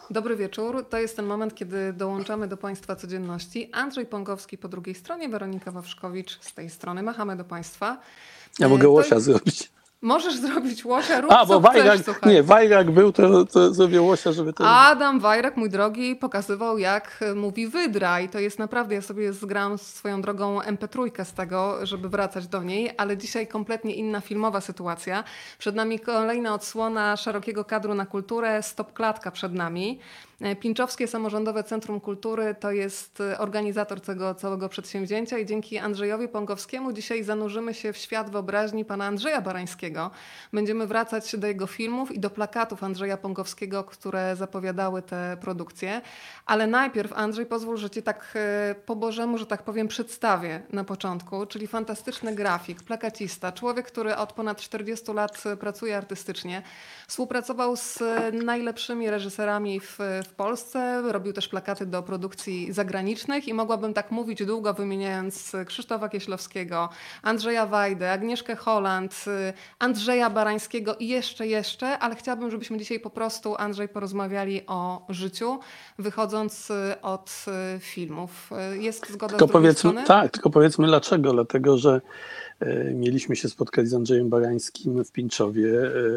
Dobry wieczór. To jest ten moment, kiedy dołączamy do Państwa codzienności. Andrzej Pągowski po drugiej stronie, Weronika Wawrzkowicz z tej strony. Machamy do Państwa. Ja mogę To łosia zrobić. możesz zrobić łosia, rób co Bo chcesz, słuchaj. Wajrak był, to zrobię łosia, żeby to... Adam Wajrak, mój drogi, pokazywał, jak mówi wydra i to jest naprawdę, ja sobie zgram swoją drogą MP3 z tego, żeby wracać do niej, ale dzisiaj kompletnie inna filmowa sytuacja. Przed nami kolejna odsłona szerokiego kadru na kulturę, Stop Klatka przed nami. Pinczowskie Samorządowe Centrum Kultury to jest organizator tego całego przedsięwzięcia i dzięki Andrzejowi Pągowskiemu dzisiaj zanurzymy się w świat wyobraźni pana Andrzeja Barańskiego. Będziemy wracać do jego filmów i do plakatów Andrzeja Pągowskiego, które zapowiadały te produkcje. Ale najpierw, Andrzej, pozwól, że cię tak po Bożemu, że tak powiem, przedstawię na początku, czyli fantastyczny grafik, plakacista, człowiek, który od ponad 40 lat pracuje artystycznie, współpracował z najlepszymi reżyserami w Polsce, robił też plakaty do produkcji zagranicznych i mogłabym tak mówić długo, wymieniając Krzysztofa Kieślowskiego, Andrzeja Wajdę, Agnieszkę Holland, Andrzeja Barańskiego i jeszcze, ale chciałabym, żebyśmy dzisiaj po prostu, Andrzej, porozmawiali o życiu, wychodząc od filmów. Jest zgoda z drugiej strony? Tak, tylko powiedzmy dlaczego. Dlatego, że mieliśmy się spotkać z Andrzejem Barańskim w Pińczowie.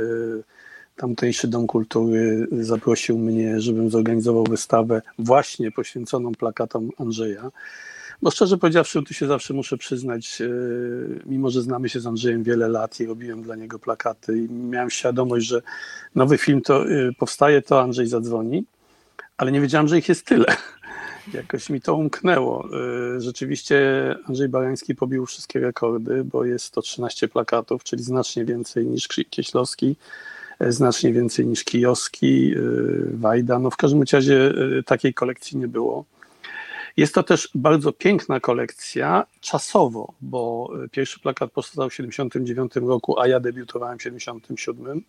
Tamtejszy Dom Kultury zaprosił mnie, żebym zorganizował wystawę właśnie poświęconą plakatom Andrzeja. Bo szczerze powiedziawszy, tu się zawsze muszę przyznać, mimo że znamy się z Andrzejem wiele lat i robiłem dla niego plakaty i miałem świadomość, że nowy film to powstaje, to Andrzej zadzwoni, ale nie wiedziałem, że ich jest tyle. Jakoś mi to umknęło. Rzeczywiście Andrzej Barański pobił wszystkie rekordy, bo jest to 13 plakatów, czyli znacznie więcej niż Kieślowski, znacznie więcej niż Kijowski, Wajda. No w każdym razie takiej kolekcji nie było. Jest to też bardzo piękna kolekcja czasowo, bo pierwszy plakat powstał w 1979 roku, a ja debiutowałem w 1977,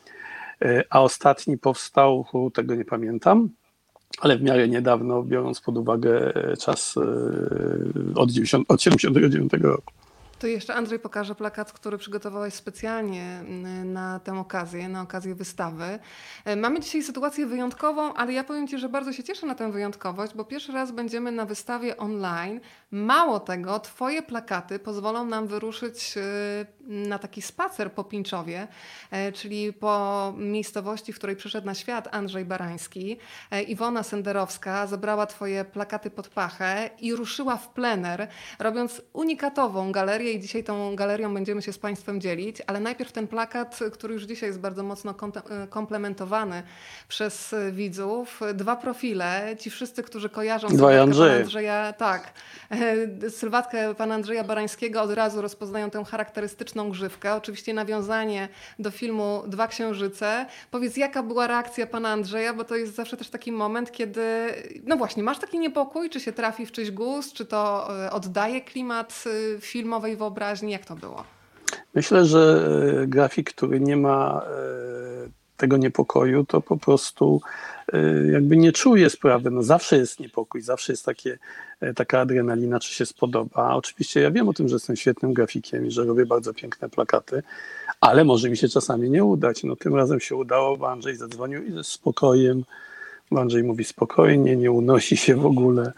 a ostatni powstał, tego nie pamiętam, ale w miarę niedawno, biorąc pod uwagę czas od 1979 roku. To jeszcze Andrzej pokaże plakat, który przygotowałeś specjalnie na tę okazję, na okazję wystawy. Mamy dzisiaj sytuację wyjątkową, ale ja powiem Ci, że bardzo się cieszę na tę wyjątkowość, bo pierwszy raz będziemy na wystawie online. Mało tego, Twoje plakaty pozwolą nam wyruszyć na taki spacer po Pińczowie, czyli po miejscowości, w której przyszedł na świat Andrzej Barański. Iwona Senderowska zabrała Twoje plakaty pod pachę i ruszyła w plener, robiąc unikatową galerię i dzisiaj tą galerią będziemy się z Państwem dzielić, ale najpierw ten plakat, który już dzisiaj jest bardzo mocno komplementowany przez widzów. Dwa profile, ci wszyscy, którzy kojarzą sylwetkę pana Andrzeja, tak, sylwetkę pana Andrzeja Barańskiego od razu rozpoznają tę charakterystyczną grzywkę. Oczywiście nawiązanie do filmu Dwa Księżyce. Powiedz, jaka była reakcja pana Andrzeja, bo to jest zawsze też taki moment, kiedy, no właśnie, masz taki niepokój, czy się trafi w czyjś gust, czy to oddaje klimat filmowej wyobraźni, jak to było? Myślę, że grafik, który nie ma tego niepokoju, to po prostu jakby nie czuje sprawy. No zawsze jest niepokój, zawsze jest taka adrenalina, czy się spodoba. Oczywiście ja wiem o tym, że jestem świetnym grafikiem i że robię bardzo piękne plakaty, ale może mi się czasami nie udać. No tym razem się udało, bo Andrzej zadzwonił i ze spokojem, bo Andrzej mówi spokojnie, nie unosi się w ogóle.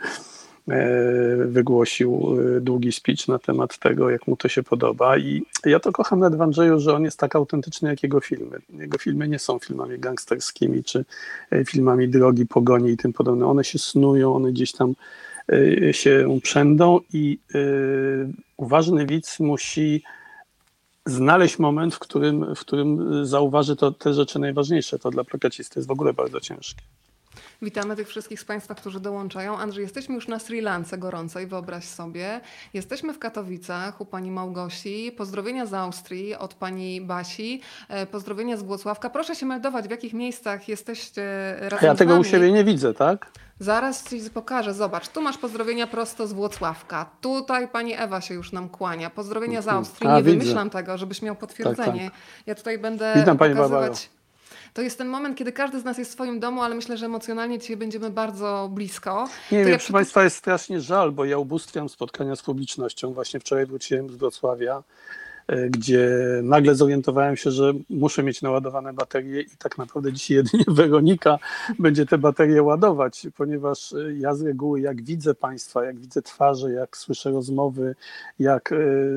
Wygłosił długi speech na temat tego, jak mu to się podoba i ja to kocham nawet w Andrzeju, że on jest tak autentyczny jak jego filmy. Jego filmy nie są filmami gangsterskimi czy filmami drogi, pogoni i tym podobne. One się snują, one gdzieś tam się przędą i uważny widz musi znaleźć moment, w którym zauważy te rzeczy najważniejsze. To dla plakacisty jest w ogóle bardzo ciężkie. Witamy tych wszystkich z Państwa, którzy dołączają. Andrzej, jesteśmy już na Sri Lance gorącej, wyobraź sobie. Jesteśmy w Katowicach u pani Małgosi. Pozdrowienia z Austrii od pani Basi. Pozdrowienia z Włocławka. Proszę się meldować, w jakich miejscach jesteście razem z nami. Ja tego u siebie nie widzę, tak? Zaraz Ci pokażę. Zobacz, tu masz pozdrowienia prosto z Włocławka. Tutaj pani Ewa się już nam kłania. Pozdrowienia z Austrii. Nie wymyślam tego, żebyś miał potwierdzenie. Tak. Ja tutaj będę Witam, pokazywać... To jest ten moment, kiedy każdy z nas jest w swoim domu, ale myślę, że emocjonalnie dzisiaj będziemy bardzo blisko. Nie wiem, proszę Państwa, jest strasznie żal, bo ja ubóstwiam spotkania z publicznością. Właśnie wczoraj wróciłem z Wrocławia gdzie nagle zorientowałem się, że muszę mieć naładowane baterie i tak naprawdę dzisiaj jedynie Weronika będzie te baterie ładować, ponieważ ja z reguły jak widzę Państwa, jak widzę twarze, jak słyszę rozmowy, jak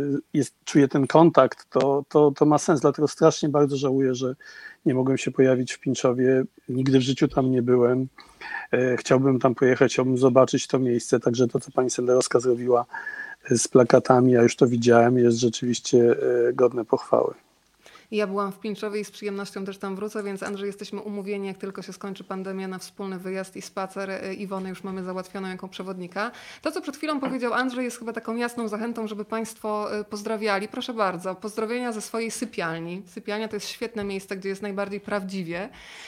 czuję ten kontakt, to ma sens, dlatego strasznie bardzo żałuję, że nie mogłem się pojawić w Pińczowie, nigdy w życiu tam nie byłem. Chciałbym tam pojechać, chciałbym zobaczyć to miejsce, także to, co pani Senderowska zrobiła z plakatami, ja już to widziałem, jest rzeczywiście godne pochwały. Ja byłam w Pińczowie i z przyjemnością też tam wrócę, więc Andrzej, jesteśmy umówieni, jak tylko się skończy pandemia, na wspólny wyjazd i spacer. Iwonę już mamy załatwioną jako przewodnika. To, co przed chwilą powiedział Andrzej, jest chyba taką jasną zachętą, żeby Państwo pozdrawiali. Proszę bardzo, pozdrowienia ze swojej sypialni. Sypialnia to jest świetne miejsce, gdzie jest najbardziej prawdziwie.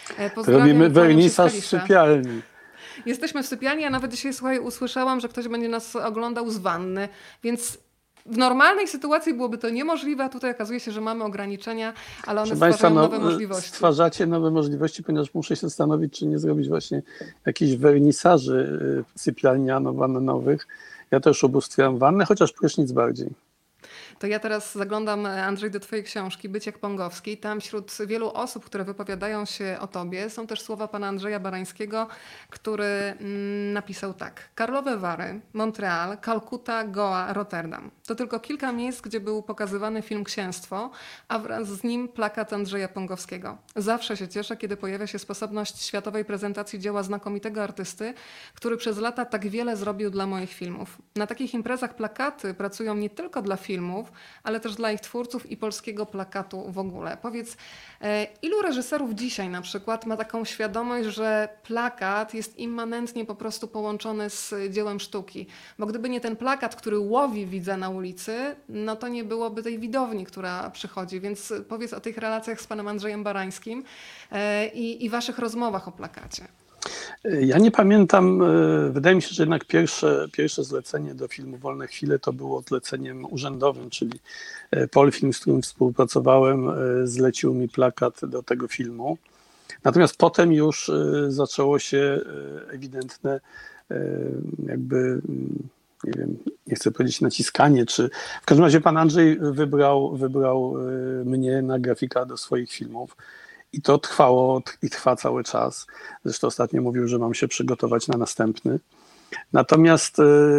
Robimy wernisaż w sypialni. Jesteśmy w sypialni, a nawet dzisiaj, słuchaj, usłyszałam, że ktoś będzie nas oglądał z wanny, więc w normalnej sytuacji byłoby to niemożliwe, a tutaj okazuje się, że mamy ograniczenia, ale one stwarzają nowe możliwości. Stwarzacie nowe możliwości, ponieważ muszę się zastanowić, czy nie zrobić właśnie jakichś wernisaży sypialniano-wannowych. Ja też ubóstwiam wannę, chociaż prysznic bardziej. To ja teraz zaglądam, Andrzej, do twojej książki Byciek Pongowski. Tam wśród wielu osób, które wypowiadają się o tobie, są też słowa pana Andrzeja Barańskiego, który napisał tak. Karlowe Vary, Montreal, Kalkuta, Goa, Rotterdam. To tylko kilka miejsc, gdzie był pokazywany film Księstwo, a wraz z nim plakat Andrzeja Pongowskiego. Zawsze się cieszę, kiedy pojawia się sposobność światowej prezentacji dzieła znakomitego artysty, który przez lata tak wiele zrobił dla moich filmów. Na takich imprezach plakaty pracują nie tylko dla filmów, ale też dla ich twórców i polskiego plakatu w ogóle. Powiedz, ilu reżyserów dzisiaj na przykład ma taką świadomość, że plakat jest immanentnie po prostu połączony z dziełem sztuki? Bo gdyby nie ten plakat, który łowi widza na ulicy, no to nie byłoby tej widowni, która przychodzi. Więc powiedz o tych relacjach z panem Andrzejem Barańskim i waszych rozmowach o plakacie. Ja nie pamiętam, wydaje mi się, że jednak pierwsze zlecenie do filmu Wolne Chwile to było zleceniem urzędowym, czyli Polfilm, z którym współpracowałem, zlecił mi plakat do tego filmu. Natomiast potem już zaczęło się ewidentne jakby, nie wiem, nie chcę powiedzieć naciskanie, czy w każdym razie pan Andrzej wybrał mnie na grafika do swoich filmów. I to trwało i trwa cały czas. Zresztą ostatnio mówił, że mam się przygotować na następny. Natomiast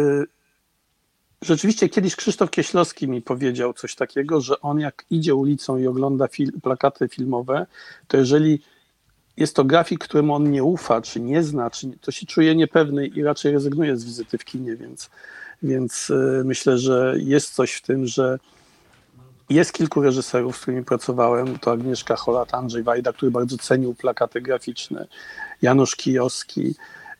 rzeczywiście kiedyś Krzysztof Kieślowski mi powiedział coś takiego, że on jak idzie ulicą i ogląda plakaty filmowe, to jeżeli jest to grafik, któremu on nie ufa, czy nie zna, to się czuje niepewny i raczej rezygnuje z wizyty w kinie, więc myślę, że jest coś w tym, że jest kilku reżyserów, z którymi pracowałem, to Agnieszka Holland, Andrzej Wajda, który bardzo cenił plakaty graficzne, Janusz Kijowski,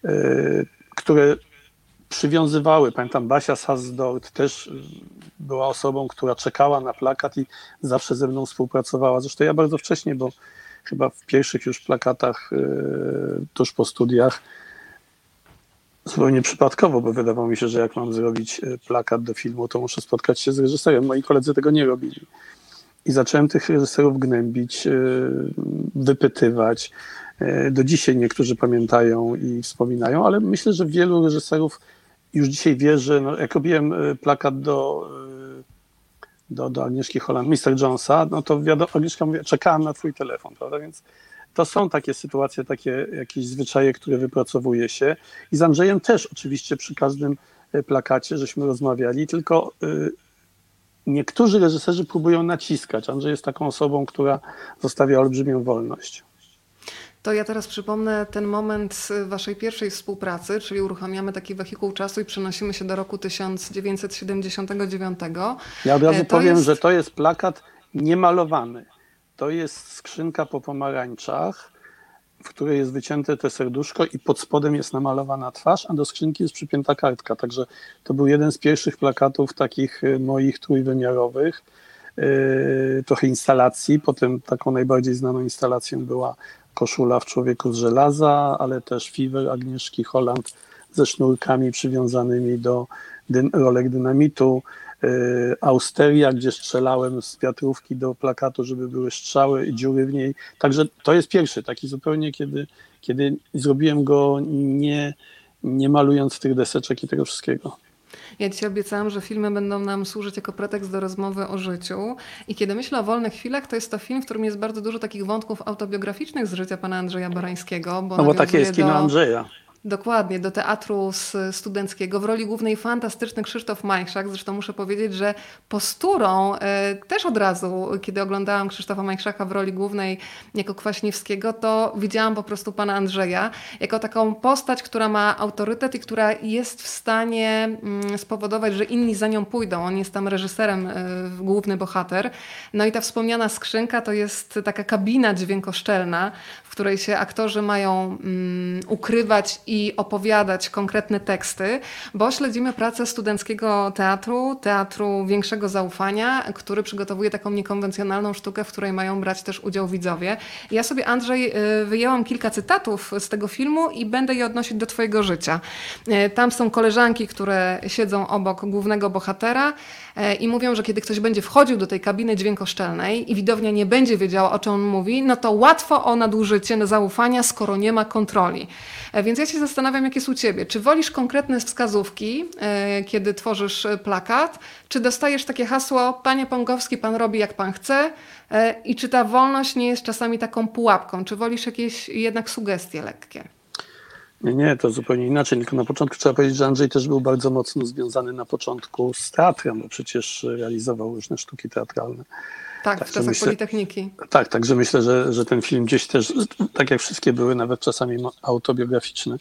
które przywiązywały, pamiętam Basia Sassdorf też była osobą, która czekała na plakat i zawsze ze mną współpracowała. Zresztą ja bardzo wcześnie, bo chyba w pierwszych już plakatach tuż po studiach, zupełnie przypadkowo, bo wydawało mi się, że jak mam zrobić plakat do filmu, to muszę spotkać się z reżyserem. Moi koledzy tego nie robili. I zacząłem tych reżyserów gnębić, wypytywać. Do dzisiaj niektórzy pamiętają i wspominają, ale myślę, że wielu reżyserów już dzisiaj wie, że no, jak robiłem plakat do Agnieszki Holland, Mr. Jonesa, no to Agnieszka mówi, czekałam na twój telefon, prawda? Więc to są takie sytuacje, takie jakieś zwyczaje, które wypracowuje się. I z Andrzejem też oczywiście przy każdym plakacie żeśmy rozmawiali, tylko niektórzy reżyserzy próbują naciskać. Andrzej jest taką osobą, która zostawia olbrzymią wolność. To ja teraz przypomnę ten moment waszej pierwszej współpracy, czyli uruchamiamy taki wehikuł czasu i przenosimy się do roku 1979. Ja od razu powiem, że to jest plakat niemalowany. To jest skrzynka po pomarańczach, w której jest wycięte te serduszko i pod spodem jest namalowana twarz, a do skrzynki jest przypięta kartka. Także to był jeden z pierwszych plakatów takich moich trójwymiarowych, trochę instalacji. Potem taką najbardziej znaną instalacją była Koszula w Człowieku z żelaza, ale też Fever Agnieszki Holland ze sznurkami przywiązanymi do rolek dynamitu. Austeria, gdzie strzelałem z wiatrówki do plakatu, żeby były strzały i dziury w niej. Także to jest pierwszy taki zupełnie, kiedy zrobiłem go nie malując tych deseczek i tego wszystkiego. Ja dzisiaj obiecałam, że filmy będą nam służyć jako pretekst do rozmowy o życiu. I kiedy myślę o wolnych chwilach, to jest to film, w którym jest bardzo dużo takich wątków autobiograficznych z życia pana Andrzeja Barańskiego. No bo takie jest kino Andrzeja. Dokładnie, do teatru studenckiego. W roli głównej fantastyczny Krzysztof Majchrzak. Zresztą muszę powiedzieć, że posturą też od razu, kiedy oglądałam Krzysztofa Majchrzaka w roli głównej jako Kwaśniewskiego, to widziałam po prostu pana Andrzeja jako taką postać, która ma autorytet i która jest w stanie spowodować, że inni za nią pójdą. On jest tam reżyserem, główny bohater. No i ta wspomniana skrzynka to jest taka kabina dźwiękoszczelna, w której się aktorzy mają ukrywać i opowiadać konkretne teksty, bo śledzimy pracę studenckiego teatru większego zaufania, który przygotowuje taką niekonwencjonalną sztukę, w której mają brać też udział widzowie. Ja sobie, Andrzej, wyjęłam kilka cytatów z tego filmu i będę je odnosić do twojego życia. Tam są koleżanki, które siedzą obok głównego bohatera i mówią, że kiedy ktoś będzie wchodził do tej kabiny dźwiękoszczelnej i widownia nie będzie wiedziała, o czym on mówi, no to łatwo o nadużycie zaufania, skoro nie ma kontroli. Więc ja się zastanawiam, jak jest u ciebie. Czy wolisz konkretne wskazówki, kiedy tworzysz plakat, czy dostajesz takie hasło, panie Pągowski, pan robi jak pan chce, i czy ta wolność nie jest czasami taką pułapką? Czy wolisz jakieś jednak sugestie lekkie? Nie, to zupełnie inaczej. Tylko na początku trzeba powiedzieć, że Andrzej też był bardzo mocno związany na początku z teatrem, bo przecież realizował różne sztuki teatralne. Tak, w czasach Politechniki. Tak, także myślę, że ten film gdzieś też, tak jak wszystkie były, nawet czasami autobiograficzne.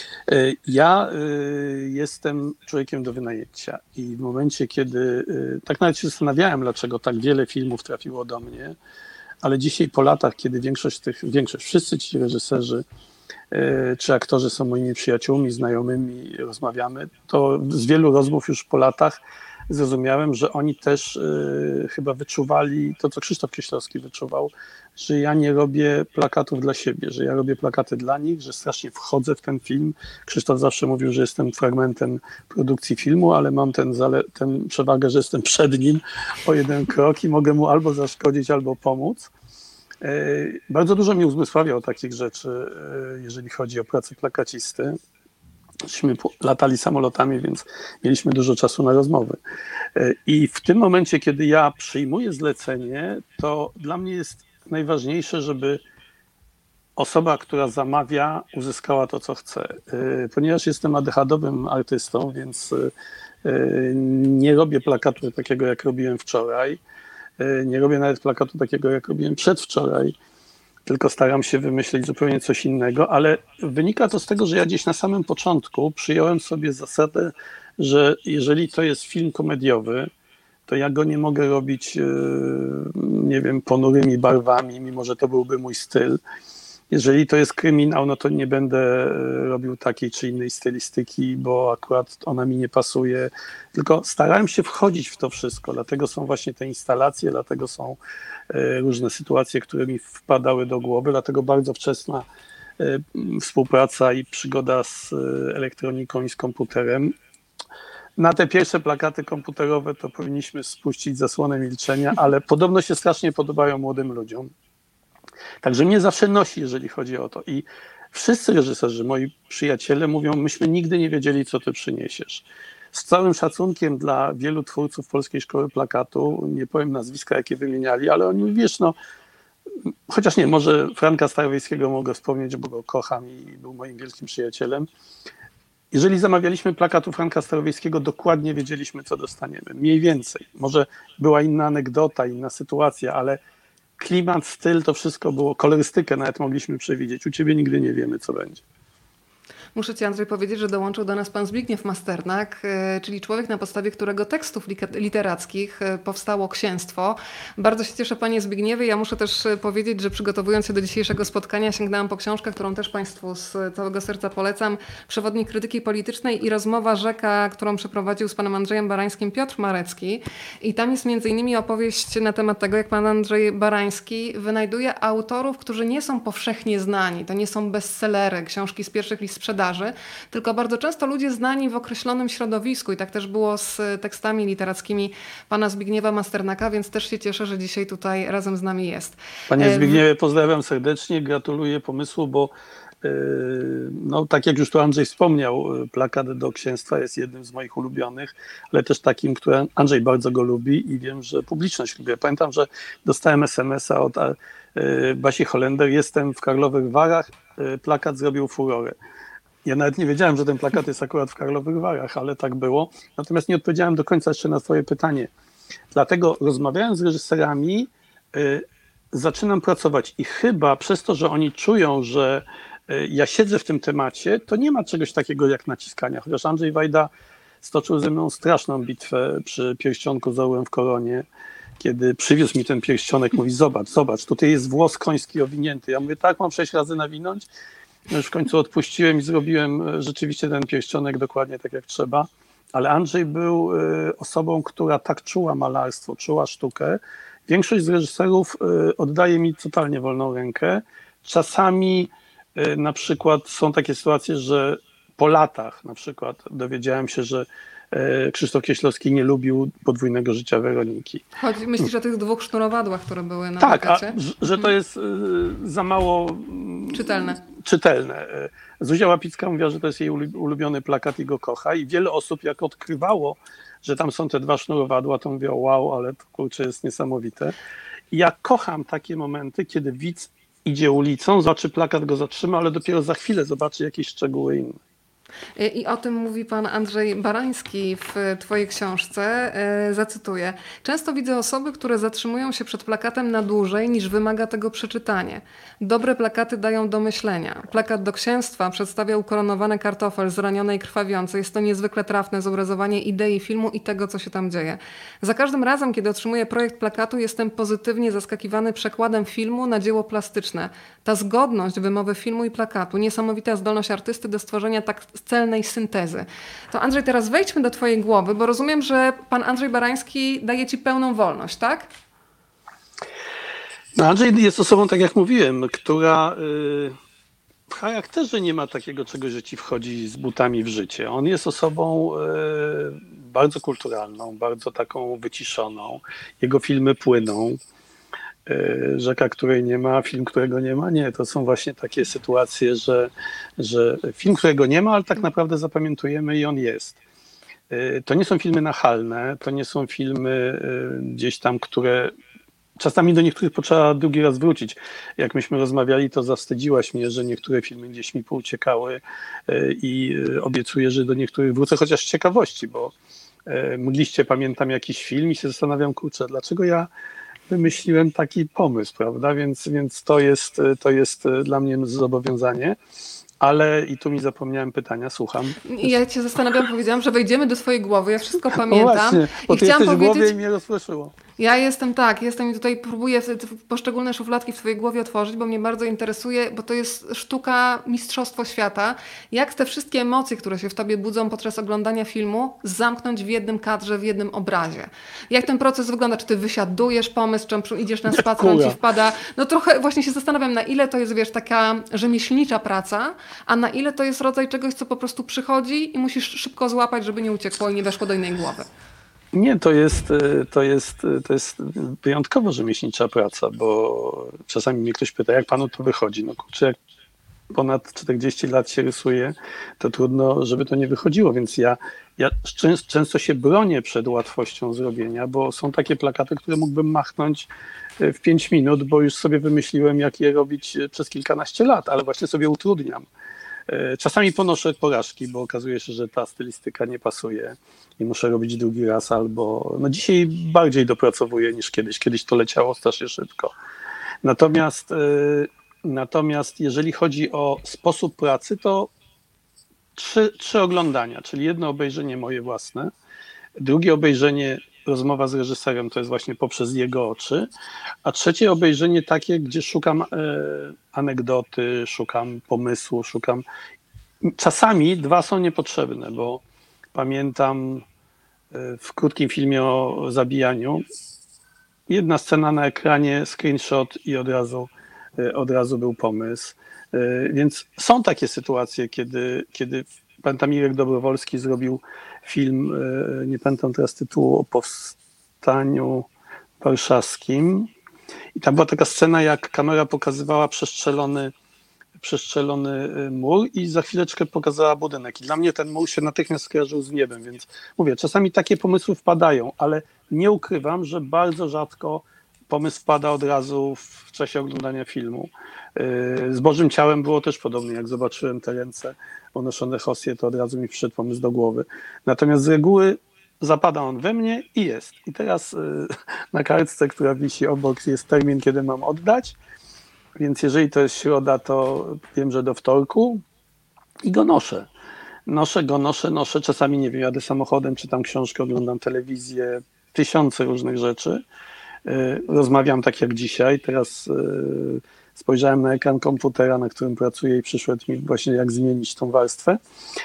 Ja jestem człowiekiem do wynajęcia i w momencie, kiedy tak nawet się zastanawiałem, dlaczego tak wiele filmów trafiło do mnie, ale dzisiaj po latach, kiedy wszyscy ci reżyserzy czy aktorzy są moimi przyjaciółmi, znajomymi, rozmawiamy, to z wielu rozmów już po latach zrozumiałem, że oni też chyba wyczuwali to, co Krzysztof Kieślowski wyczuwał, że ja nie robię plakatów dla siebie, że ja robię plakaty dla nich, że strasznie wchodzę w ten film. Krzysztof zawsze mówił, że jestem fragmentem produkcji filmu, ale mam tę przewagę, że jestem przed nim o jeden krok i mogę mu albo zaszkodzić, albo pomóc. Bardzo dużo mi uzmysławiał takich rzeczy, jeżeli chodzi o pracę plakacisty. Myśmy latali samolotami, więc mieliśmy dużo czasu na rozmowy. I w tym momencie, kiedy ja przyjmuję zlecenie, to dla mnie jest najważniejsze, żeby osoba, która zamawia, uzyskała to, co chce. Ponieważ jestem ADHD-owym artystą, więc nie robię plakatu takiego, jak robiłem wczoraj. Nie robię nawet plakatu takiego, jak robiłem przedwczoraj, tylko staram się wymyślić zupełnie coś innego, ale wynika to z tego, że ja gdzieś na samym początku przyjąłem sobie zasadę, że jeżeli to jest film komediowy, to ja go nie mogę robić, nie wiem, ponurymi barwami, mimo że to byłby mój styl. Jeżeli to jest kryminał, no to nie będę robił takiej czy innej stylistyki, bo akurat ona mi nie pasuje, tylko starałem się wchodzić w to wszystko, dlatego są właśnie te instalacje, dlatego są różne sytuacje, które mi wpadały do głowy, dlatego bardzo wczesna współpraca i przygoda z elektroniką i z komputerem. Na te pierwsze plakaty komputerowe to powinniśmy spuścić zasłonę milczenia, ale podobno się strasznie podobają młodym ludziom. Także mnie zawsze nosi, jeżeli chodzi o to. I wszyscy reżyserzy, moi przyjaciele mówią, myśmy nigdy nie wiedzieli, co ty przyniesiesz. Z całym szacunkiem dla wielu twórców Polskiej Szkoły Plakatu, nie powiem nazwiska, jakie wymieniali, ale oni, wiesz, no, chociaż nie, może Franka Starowiejskiego mogę wspomnieć, bo go kocham i był moim wielkim przyjacielem. Jeżeli zamawialiśmy plakat u Franka Starowiejskiego, dokładnie wiedzieliśmy, co dostaniemy. Mniej więcej. Może była inna anegdota, inna sytuacja, ale klimat, styl, to wszystko było, kolorystykę nawet mogliśmy przewidzieć. U ciebie nigdy nie wiemy, co będzie. Muszę ci, Andrzej, powiedzieć, że dołączył do nas pan Zbigniew Masternak, czyli człowiek, na podstawie którego tekstów literackich powstało Księstwo. Bardzo się cieszę, panie Zbigniewie. Ja muszę też powiedzieć, że przygotowując się do dzisiejszego spotkania, sięgnęłam po książkę, którą też państwu z całego serca polecam. Przewodnik krytyki politycznej i rozmowa rzeka, którą przeprowadził z panem Andrzejem Barańskim Piotr Marecki. I tam jest między innymi opowieść na temat tego, jak pan Andrzej Barański wynajduje autorów, którzy nie są powszechnie znani. To nie są bestsellery, książki z pierwszych list sprzedaży, tylko bardzo często ludzie znani w określonym środowisku i tak też było z tekstami literackimi pana Zbigniewa Masternaka, więc też się cieszę, że dzisiaj tutaj razem z nami jest. Panie Zbigniewie, pozdrawiam serdecznie, gratuluję pomysłu, bo no tak jak już tu Andrzej wspomniał, plakat do księstwa jest jednym z moich ulubionych, ale też takim, który Andrzej bardzo go lubi i wiem, że publiczność lubi. Ja pamiętam, że dostałem SMS-a od Basi Holender, jestem w Karlowych Warach, plakat zrobił furorę. Ja nawet nie wiedziałem, że ten plakat jest akurat w Karlowych Warach, ale tak było. Natomiast nie odpowiedziałem do końca jeszcze na twoje pytanie. Dlatego rozmawiając z reżyserami, zaczynam pracować i chyba przez to, że oni czują, że ja siedzę w tym temacie, to nie ma czegoś takiego jak naciskania. Chociaż Andrzej Wajda stoczył ze mną straszną bitwę przy pierścionku z orłem w koronie, kiedy przywiózł mi ten pierścionek, mówi zobacz, tutaj jest włos koński owinięty. Ja mówię, tak, mam 6 razy nawinąć. No już w końcu odpuściłem i zrobiłem rzeczywiście ten pierścionek dokładnie tak jak trzeba. Ale Andrzej był osobą, która tak czuła malarstwo, czuła sztukę. Większość z reżyserów oddaje mi totalnie wolną rękę. Czasami na przykład są takie sytuacje, że po latach na przykład dowiedziałem się, że Krzysztof Kieślowski nie lubił podwójnego życia Weroniki. Myślisz o tych 2 sznurowadłach, które były na tak, plakacie? Że to jest za mało czytelne. Zuzia Łapicka mówiła, że to jest jej ulubiony plakat i go kocha i wiele osób jak odkrywało, że tam są te 2 sznurowadła, to mówią wow, ale to kurczę jest niesamowite. I ja kocham takie momenty, kiedy widz idzie ulicą, zobaczy plakat, go zatrzyma, ale dopiero za chwilę zobaczy jakieś szczegóły inne. I o tym mówi pan Andrzej Barański w twojej książce. Zacytuję. Często widzę osoby, które zatrzymują się przed plakatem na dłużej niż wymaga tego przeczytanie. Dobre plakaty dają do myślenia. Plakat do księstwa przedstawia ukoronowany kartofel zraniony i krwawiący. Jest to niezwykle trafne zobrazowanie idei filmu i tego, co się tam dzieje. Za każdym razem, kiedy otrzymuję projekt plakatu, jestem pozytywnie zaskakiwany przekładem filmu na dzieło plastyczne. Ta zgodność wymowy filmu i plakatu, niesamowita zdolność artysty do stworzenia tak celnej syntezy. To Andrzej, teraz wejdźmy do twojej głowy, bo rozumiem, że pan Andrzej Barański daje ci pełną wolność, tak? No Andrzej jest osobą, tak jak mówiłem, która w charakterze nie ma takiego czegoś, że ci wchodzi z butami w życie. On jest osobą bardzo kulturalną, bardzo taką wyciszoną. Jego filmy płyną. Rzeka, której nie ma, film, którego nie ma. Nie, to są właśnie takie sytuacje, że film, którego nie ma, ale tak naprawdę zapamiętujemy i on jest. To nie są filmy nachalne, to nie są filmy gdzieś tam, które czasami do niektórych potrzeba drugi raz wrócić. Jak myśmy rozmawiali, to zawstydziłaś mnie, że niektóre filmy gdzieś mi pouciekały i obiecuję, że do niektórych wrócę, chociaż z ciekawości, bo mgliście pamiętam jakiś film i się zastanawiam, kurczę, dlaczego ja wymyśliłem taki pomysł, prawda? Więc to jest dla mnie zobowiązanie. Ale i tu mi zapomniałem pytania, słucham. Ja cię zastanawiam, powiedziałam, że wejdziemy do twojej głowy, ja wszystko pamiętam. O właśnie, bo ty jesteś w głowie i mnie rozproszyło. Ja jestem i tutaj próbuję poszczególne szufladki w twojej głowie otworzyć, bo mnie bardzo interesuje, bo to jest sztuka, mistrzostwo świata. Jak te wszystkie emocje, które się w tobie budzą podczas oglądania filmu, zamknąć w jednym kadrze, w jednym obrazie. Jak ten proces wygląda? Czy ty wysiadujesz pomysł, czy idziesz na spacer, on ci wpada? No trochę właśnie się zastanawiam, na ile to jest, wiesz, taka rzemieślnicza praca, a na ile to jest rodzaj czegoś, co po prostu przychodzi i musisz szybko złapać, żeby nie uciekło i nie weszło do innej głowy. Nie, to jest wyjątkowo rzemieślnicza praca, bo czasami mnie ktoś pyta, jak panu to wychodzi? No kurczę, jak ponad 40 lat się rysuje, to trudno, żeby to nie wychodziło, więc ja często się bronię przed łatwością zrobienia, bo są takie plakaty, które mógłbym machnąć w 5 minut, bo już sobie wymyśliłem, jak je robić przez kilkanaście lat, ale właśnie sobie utrudniam. Czasami ponoszę porażki, bo okazuje się, że ta stylistyka nie pasuje i muszę robić drugi raz albo... No dzisiaj bardziej dopracowuję niż kiedyś. Kiedyś to leciało strasznie szybko. Natomiast jeżeli chodzi o sposób pracy, to trzy oglądania, czyli jedno obejrzenie moje własne, drugie obejrzenie rozmowa z reżyserem, to jest właśnie poprzez jego oczy, a trzecie obejrzenie takie, gdzie szukam anegdoty, szukam pomysłu, Czasami 2 są niepotrzebne, bo pamiętam w krótkim filmie o zabijaniu, jedna scena na ekranie, screenshot i od razu był pomysł. Więc są takie sytuacje, kiedy pamiętam Mirek Dobrowolski zrobił film, nie pamiętam teraz tytułu, o powstaniu warszawskim. I tam była taka scena, jak kamera pokazywała przestrzelony mur i za chwileczkę pokazała budynek. I dla mnie ten mur się natychmiast skojarzył z niebem, więc mówię, czasami takie pomysły wpadają, ale nie ukrywam, że bardzo rzadko pomysł wpada od razu w czasie oglądania filmu. Z Bożym Ciałem było też podobnie, jak zobaczyłem te ręce ponoszone Hossie, to od razu mi przyszedł pomysł do głowy. Natomiast z reguły zapada on we mnie i jest. I teraz na kartce, która wisi obok, jest termin, kiedy mam oddać, więc jeżeli to jest środa, to wiem, że do wtorku i go noszę. Noszę. Czasami, nie wiem, jadę samochodem, czytam książkę, oglądam telewizję, tysiące różnych rzeczy. Rozmawiam tak jak dzisiaj. Teraz spojrzałem na ekran komputera, na którym pracuję i przyszło mi właśnie jak zmienić tą warstwę.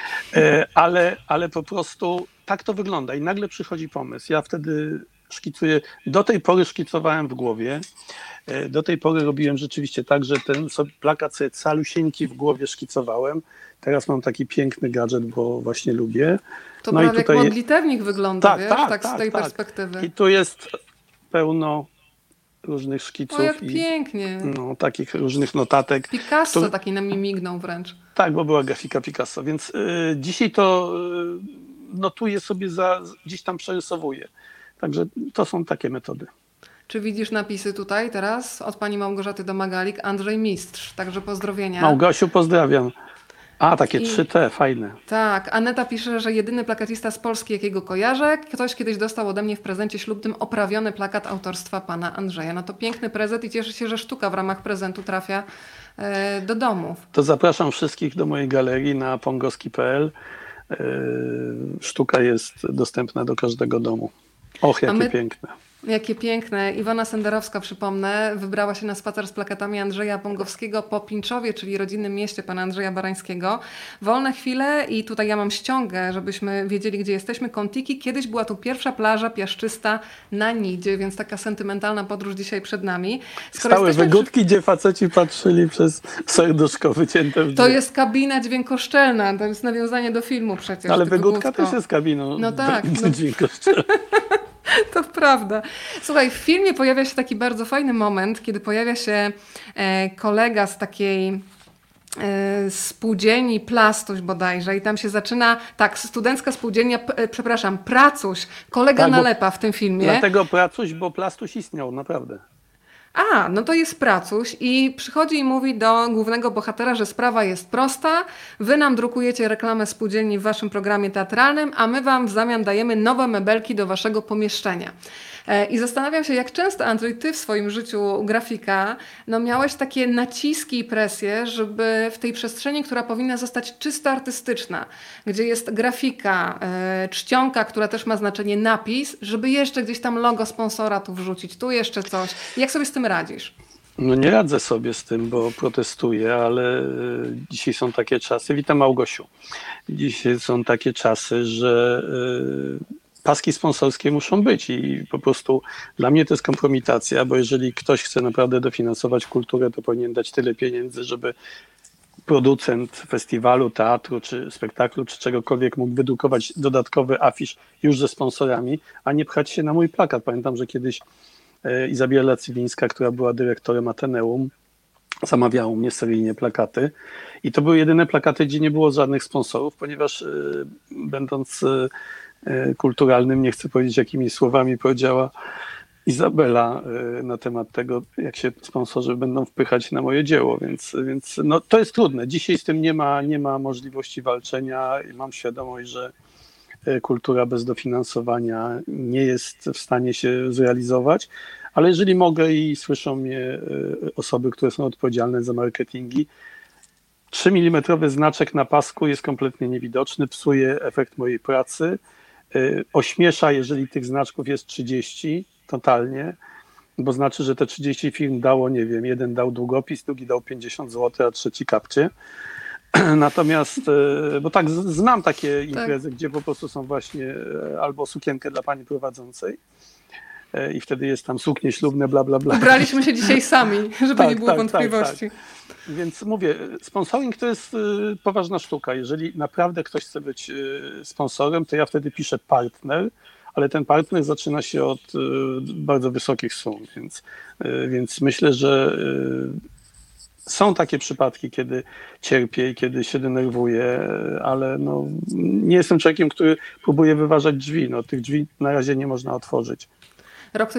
Ale po prostu tak to wygląda i nagle przychodzi pomysł. Ja wtedy szkicuję, do tej pory szkicowałem w głowie. Do tej pory robiłem rzeczywiście tak, że ten plakat sobie calusieńki w głowie szkicowałem. Teraz mam taki piękny gadżet, bo właśnie lubię. To prawie jak modlitewnik wygląda, tak z tej perspektywy. I tu jest pełno różnych szkiców. O, jak pięknie. Takich różnych notatek. Picasso taki na mi mignął wręcz. Tak, bo była grafika Picasso, więc dzisiaj to notuję sobie, gdzieś tam przerysowuję. Także to są takie metody. Czy widzisz napisy tutaj teraz od pani Małgorzaty Domagalik? Andrzej Mistrz, także pozdrowienia. Małgosiu, pozdrawiam. Takie 3T, fajne. Tak, Aneta pisze, że jedyny plakatista z Polski, jakiego kojarzę. Ktoś kiedyś dostał ode mnie w prezencie ślubnym oprawiony plakat autorstwa pana Andrzeja. No to piękny prezent i cieszę się, że sztuka w ramach prezentu trafia do domów. To zapraszam wszystkich do mojej galerii na pongoski.pl. Sztuka jest dostępna do każdego domu. Och, jakie piękne. Jakie piękne. Iwona Senderowska, przypomnę, wybrała się na spacer z plakatami Andrzeja Pongowskiego po Pińczowie, czyli rodzinnym mieście pana Andrzeja Barańskiego. Wolne chwile i tutaj ja mam ściągę, żebyśmy wiedzieli, gdzie jesteśmy. Kontiki. Kiedyś była tu pierwsza plaża piaszczysta na Nidzie, więc taka sentymentalna podróż dzisiaj przed nami. Stały wygódki, gdzie faceci patrzyli przez serduszko wycięte w dół. To jest kabina dźwiękoszczelna, to jest nawiązanie do filmu przecież. Ale wygódka też jest kabiną dźwiękoszczelną. To prawda. Słuchaj, w filmie pojawia się taki bardzo fajny moment, kiedy pojawia się kolega z takiej spółdzielni Plastuś bodajże i tam się zaczyna, studencka spółdzielnia, Pracuś, kolega Nalepa w tym filmie. Dlatego Pracuś, bo Plastuś istniał, naprawdę. No to jest Pracuś i przychodzi i mówi do głównego bohatera, że sprawa jest prosta, wy nam drukujecie reklamę spółdzielni w waszym programie teatralnym, a my wam w zamian dajemy nowe mebelki do waszego pomieszczenia. I zastanawiam się, jak często, Andrzej, ty w swoim życiu grafika, miałeś takie naciski i presje, żeby w tej przestrzeni, która powinna zostać czysto artystyczna, gdzie jest grafika, czcionka, która też ma znaczenie, napis, żeby jeszcze gdzieś tam logo sponsora tu wrzucić, tu jeszcze coś. Jak sobie z tym radzisz? Nie radzę sobie z tym, bo protestuję, ale dzisiaj są takie czasy. Witam, Małgosiu. Dzisiaj są takie czasy, że paski sponsorskie muszą być i po prostu dla mnie to jest kompromitacja, bo jeżeli ktoś chce naprawdę dofinansować kulturę, to powinien dać tyle pieniędzy, żeby producent festiwalu, teatru, czy spektaklu, czy czegokolwiek mógł wydrukować dodatkowy afisz już ze sponsorami, a nie pchać się na mój plakat. Pamiętam, że kiedyś Izabela Cywińska, która była dyrektorem Ateneum, zamawiała u mnie seryjnie plakaty i to były jedyne plakaty, gdzie nie było żadnych sponsorów, ponieważ będąc kulturalnym, nie chcę powiedzieć, jakimi słowami powiedziała Izabela na temat tego, jak się sponsorzy będą wpychać na moje dzieło, więc to jest trudne. Dzisiaj z tym nie ma możliwości walczenia i mam świadomość, że kultura bez dofinansowania nie jest w stanie się zrealizować, ale jeżeli mogę i słyszą mnie osoby, które są odpowiedzialne za marketingi, 3 mm znaczek na pasku jest kompletnie niewidoczny, psuje efekt mojej pracy, ośmiesza, jeżeli tych znaczków jest 30, totalnie, bo znaczy, że te 30 firm dało, nie wiem, jeden dał długopis, drugi dał 50 zł, a trzeci kapcie. Natomiast, bo tak, znam takie imprezy, gdzie po prostu są właśnie albo sukienkę dla pani prowadzącej i wtedy jest tam suknie ślubne, bla, bla, bla. Ubraliśmy się dzisiaj sami, żeby nie było wątpliwości. Tak. Więc mówię, sponsoring to jest poważna sztuka. Jeżeli naprawdę ktoś chce być sponsorem, to ja wtedy piszę partner, ale ten partner zaczyna się od bardzo wysokich sum, więc myślę, że są takie przypadki, kiedy cierpię i kiedy się denerwuję, ale no, nie jestem człowiekiem, który próbuje wyważać drzwi. No, tych drzwi na razie nie można otworzyć. Rok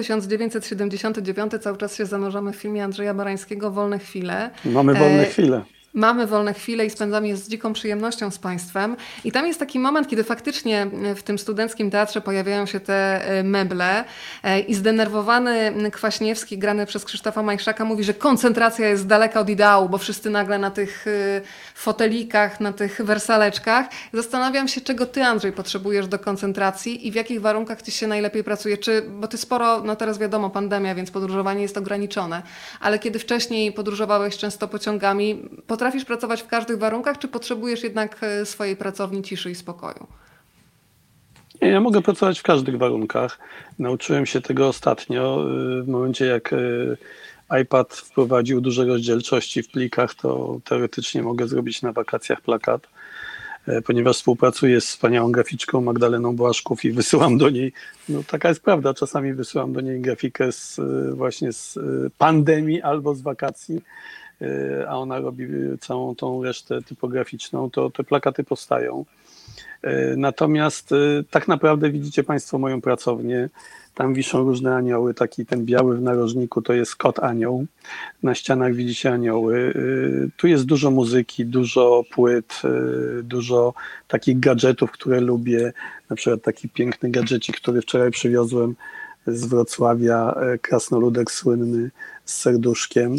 1979, cały czas się zanurzamy w filmie Andrzeja Barańskiego Wolne chwile. Mamy wolne chwile. Mamy wolne chwile i spędzamy je z dziką przyjemnością z Państwem. I tam jest taki moment, kiedy faktycznie w tym studenckim teatrze pojawiają się te meble i zdenerwowany Kwaśniewski, grany przez Krzysztofa Majchrzaka, mówi, że koncentracja jest daleka od ideału, bo wszyscy nagle na tych fotelikach, na tych wersaleczkach. Zastanawiam się, czego ty, Andrzej, potrzebujesz do koncentracji i w jakich warunkach ci się najlepiej pracuje. Bo ty sporo, no teraz wiadomo, pandemia, więc podróżowanie jest ograniczone, ale kiedy wcześniej podróżowałeś często pociągami, potrafisz pracować w każdych warunkach, czy potrzebujesz jednak swojej pracowni ciszy i spokoju? Nie, ja mogę pracować w każdych warunkach. Nauczyłem się tego ostatnio. W momencie, jak iPad wprowadził duże rozdzielczości w plikach, to teoretycznie mogę zrobić na wakacjach plakat, ponieważ współpracuję z wspaniałą graficzką Magdaleną Błaszków i wysyłam do niej, no taka jest prawda, czasami wysyłam do niej grafikę właśnie z pandemii albo z wakacji, a ona robi całą tą resztę typograficzną, to te plakaty powstają. Natomiast tak naprawdę widzicie Państwo moją pracownię, tam wiszą różne anioły, taki ten biały w narożniku to jest kot anioł, na ścianach widzicie anioły, tu jest dużo muzyki, dużo płyt, dużo takich gadżetów, które lubię, na przykład taki piękny gadżecik, który wczoraj przywiozłem z Wrocławia, krasnoludek słynny z serduszkiem.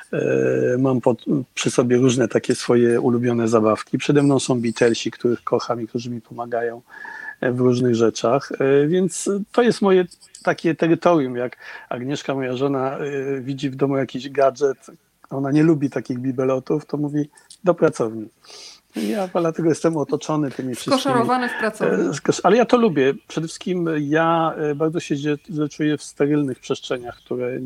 Mam przy sobie różne takie swoje ulubione zabawki. Przede mną są Beatlesi, których kocham i którzy mi pomagają w różnych rzeczach, więc to jest moje takie terytorium. Jak Agnieszka, moja żona, widzi w domu jakiś gadżet, ona nie lubi takich bibelotów, to mówi do pracowni. Ja dlatego jestem otoczony tymi wszystkimi. Skoszarowany w pracowni. Ale ja to lubię. Przede wszystkim ja bardzo się źle czuję w sterylnych przestrzeniach, które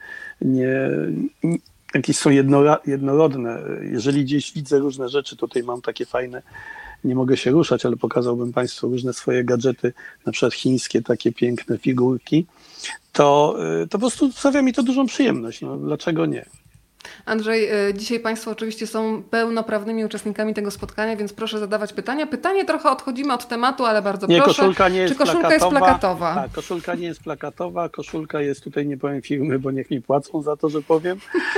jakieś są jednorodne. Jeżeli gdzieś widzę różne rzeczy, tutaj mam takie fajne, nie mogę się ruszać, ale pokazałbym Państwu różne swoje gadżety, na przykład chińskie, takie piękne figurki, to po prostu sprawia mi to dużą przyjemność. No, dlaczego nie? Andrzej, dzisiaj Państwo oczywiście są pełnoprawnymi uczestnikami tego spotkania, więc proszę zadawać pytania. Pytanie trochę odchodzimy od tematu, ale bardzo proszę. Koszulka nie jest Czy koszulka jest plakatowa? Tak, koszulka nie jest plakatowa, koszulka jest, tutaj nie powiem firmy, bo niech mi płacą za to, że powiem.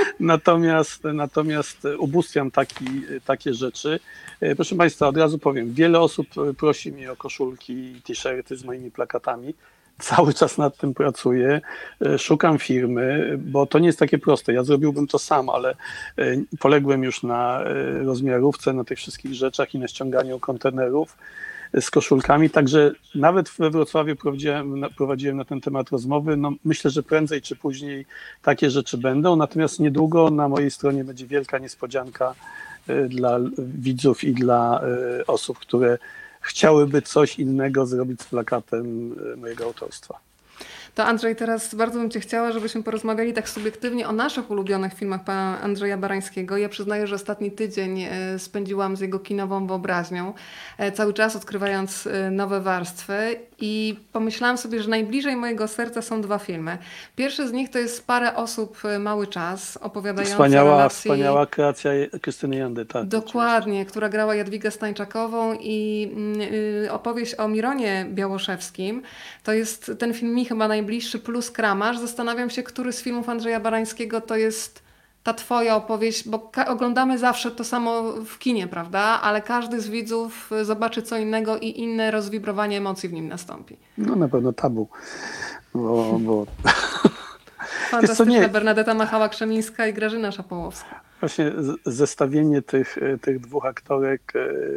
Natomiast ubóstwiam takie rzeczy. Proszę Państwa, od razu powiem, wiele osób prosi mnie o koszulki i t-shirty z moimi plakatami. Cały czas nad tym pracuję, szukam firmy, bo to nie jest takie proste. Ja zrobiłbym to sam, ale poległem już na rozmiarówce, na tych wszystkich rzeczach i na ściąganiu kontenerów z koszulkami, także nawet we Wrocławiu prowadziłem na ten temat rozmowy. No, myślę, że prędzej czy później takie rzeczy będą, natomiast niedługo na mojej stronie będzie wielka niespodzianka dla widzów i dla osób, które chciałyby coś innego zrobić z plakatem mojego autorstwa. To Andrzej, teraz bardzo bym Cię chciała, żebyśmy porozmawiali tak subiektywnie o naszych ulubionych filmach pana Andrzeja Barańskiego. Ja przyznaję, że ostatni tydzień spędziłam z jego kinową wyobraźnią, cały czas odkrywając nowe warstwy i pomyślałam sobie, że najbliżej mojego serca są dwa filmy. Pierwszy z nich to jest Parę osób, mały czas, opowiadająca relacji... Wspaniała kreacja Krystyny Jandy, tak. Dokładnie, oczywiście. która grała Jadwigę Stańczakową i opowieść o Mironie Białoszewskim. To jest ten film mi chyba najbliższy, plus Kramarz. Zastanawiam się, który z filmów Andrzeja Barańskiego to jest ta twoja opowieść, bo oglądamy zawsze to samo w kinie, prawda? Ale każdy z widzów zobaczy co innego i inne rozwibrowanie emocji w nim nastąpi. No na pewno Tabu, bo... Fantastyczna Bernadetta Machała-Krzemińska i Grażyna Szapołowska. Właśnie zestawienie tych dwóch aktorek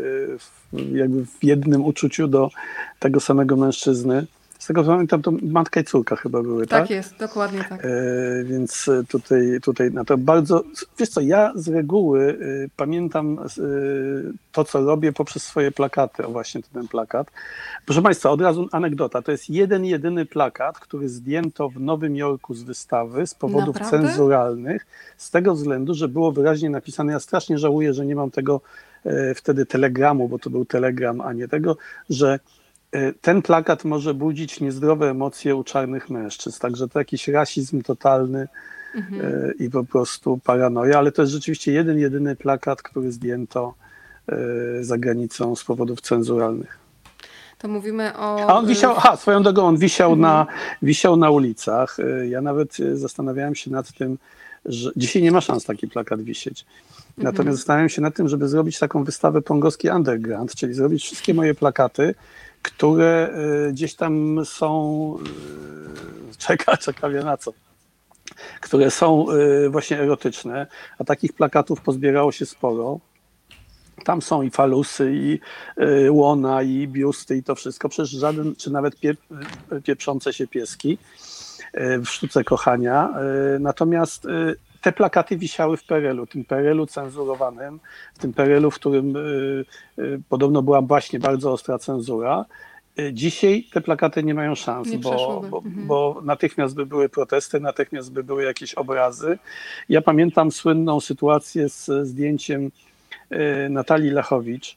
jakby w jednym uczuciu do tego samego mężczyzny. Z tego co pamiętam, to matka i córka chyba były, tak? Tak jest, dokładnie tak. Więc tutaj na to bardzo... Wiesz co, ja z reguły pamiętam to, co robię poprzez swoje plakaty. O właśnie ten plakat. Proszę Państwa, od razu anegdota. To jest jedyny plakat, który zdjęto w Nowym Jorku z wystawy z powodów cenzuralnych. Z tego względu, że było wyraźnie napisane, ja strasznie żałuję, że nie mam tego wtedy telegramu, bo to był telegram, a nie tego, że ten plakat może budzić niezdrowe emocje u czarnych mężczyzn, także to jakiś rasizm totalny i po prostu paranoja, ale to jest rzeczywiście jedyny plakat, który zdjęto za granicą z powodów cenzuralnych. To mówimy o... A on wisiał, swoją drogą, on wisiał na ulicach. Ja nawet zastanawiałem się nad tym, że dzisiaj nie ma szans taki plakat wisieć. Natomiast zastanawiałem się nad tym, żeby zrobić taką wystawę Pongowski Underground, czyli zrobić wszystkie moje plakaty, które gdzieś tam są, czekam na co, które są właśnie erotyczne, a takich plakatów pozbierało się sporo. Tam są i falusy, i łona, i biusty, i to wszystko. Przecież żaden, czy nawet pieprzące się pieski w sztuce kochania. Natomiast te plakaty wisiały w PRL-u, tym PRL-u cenzurowanym, w tym PRL-u, w którym podobno była właśnie bardzo ostra cenzura. Dzisiaj te plakaty nie mają szans, bo natychmiast by były protesty, natychmiast by były jakieś obrazy. Ja pamiętam słynną sytuację z zdjęciem Natalii Lechowicz,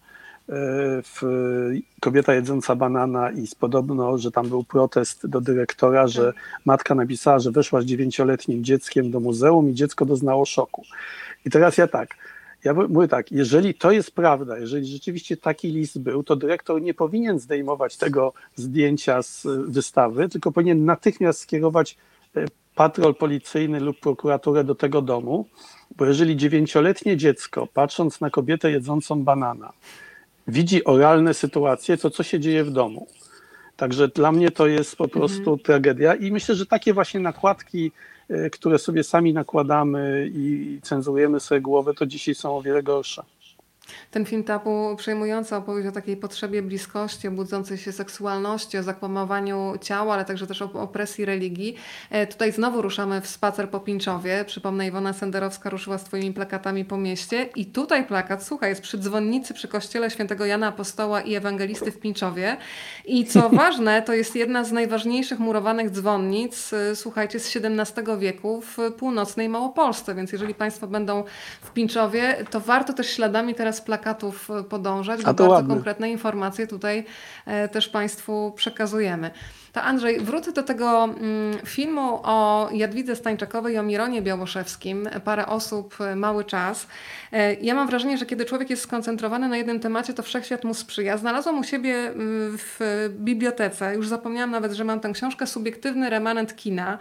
kobieta jedząca banana, i podobno, że tam był protest do dyrektora, że matka napisała, że weszła z 9-letnim dzieckiem do muzeum i dziecko doznało szoku. I teraz ja mówię tak, jeżeli to jest prawda, jeżeli rzeczywiście taki list był, to dyrektor nie powinien zdejmować tego zdjęcia z wystawy, tylko powinien natychmiast skierować patrol policyjny lub prokuraturę do tego domu, bo jeżeli 9-letnie dziecko, patrząc na kobietę jedzącą banana, widzi oralne sytuacje, to co się dzieje w domu? Także dla mnie to jest po prostu tragedia i myślę, że takie właśnie nakładki, które sobie sami nakładamy i cenzurujemy sobie głowę, to dzisiaj są o wiele gorsze. Ten film Tabu, przejmująca opowieść o takiej potrzebie bliskości, o budzącej się seksualności, o zakłamywaniu ciała, ale także też o opresji religii. Tutaj znowu ruszamy w spacer po Pińczowie. Przypomnę, Iwona Senderowska ruszyła z twoimi plakatami po mieście i tutaj plakat, słuchaj, jest przy dzwonnicy przy kościele świętego Jana Apostoła i Ewangelisty w Pińczowie. I co ważne, to jest jedna z najważniejszych murowanych dzwonnic, słuchajcie, z XVII wieku w północnej Małopolsce. Więc jeżeli państwo będą w Pińczowie, to warto też śladami teraz plakatów podążać, bo bardzo ładne, konkretne informacje tutaj też państwu przekazujemy. To Andrzej, wrócę do tego filmu o Jadwidze Stańczakowej i o Mironie Białoszewskim. Parę osób, mały czas. Ja mam wrażenie, że kiedy człowiek jest skoncentrowany na jednym temacie, to wszechświat mu sprzyja. Znalazłam u siebie w bibliotece, już zapomniałam nawet, że mam tę książkę, Subiektywny remanent kina,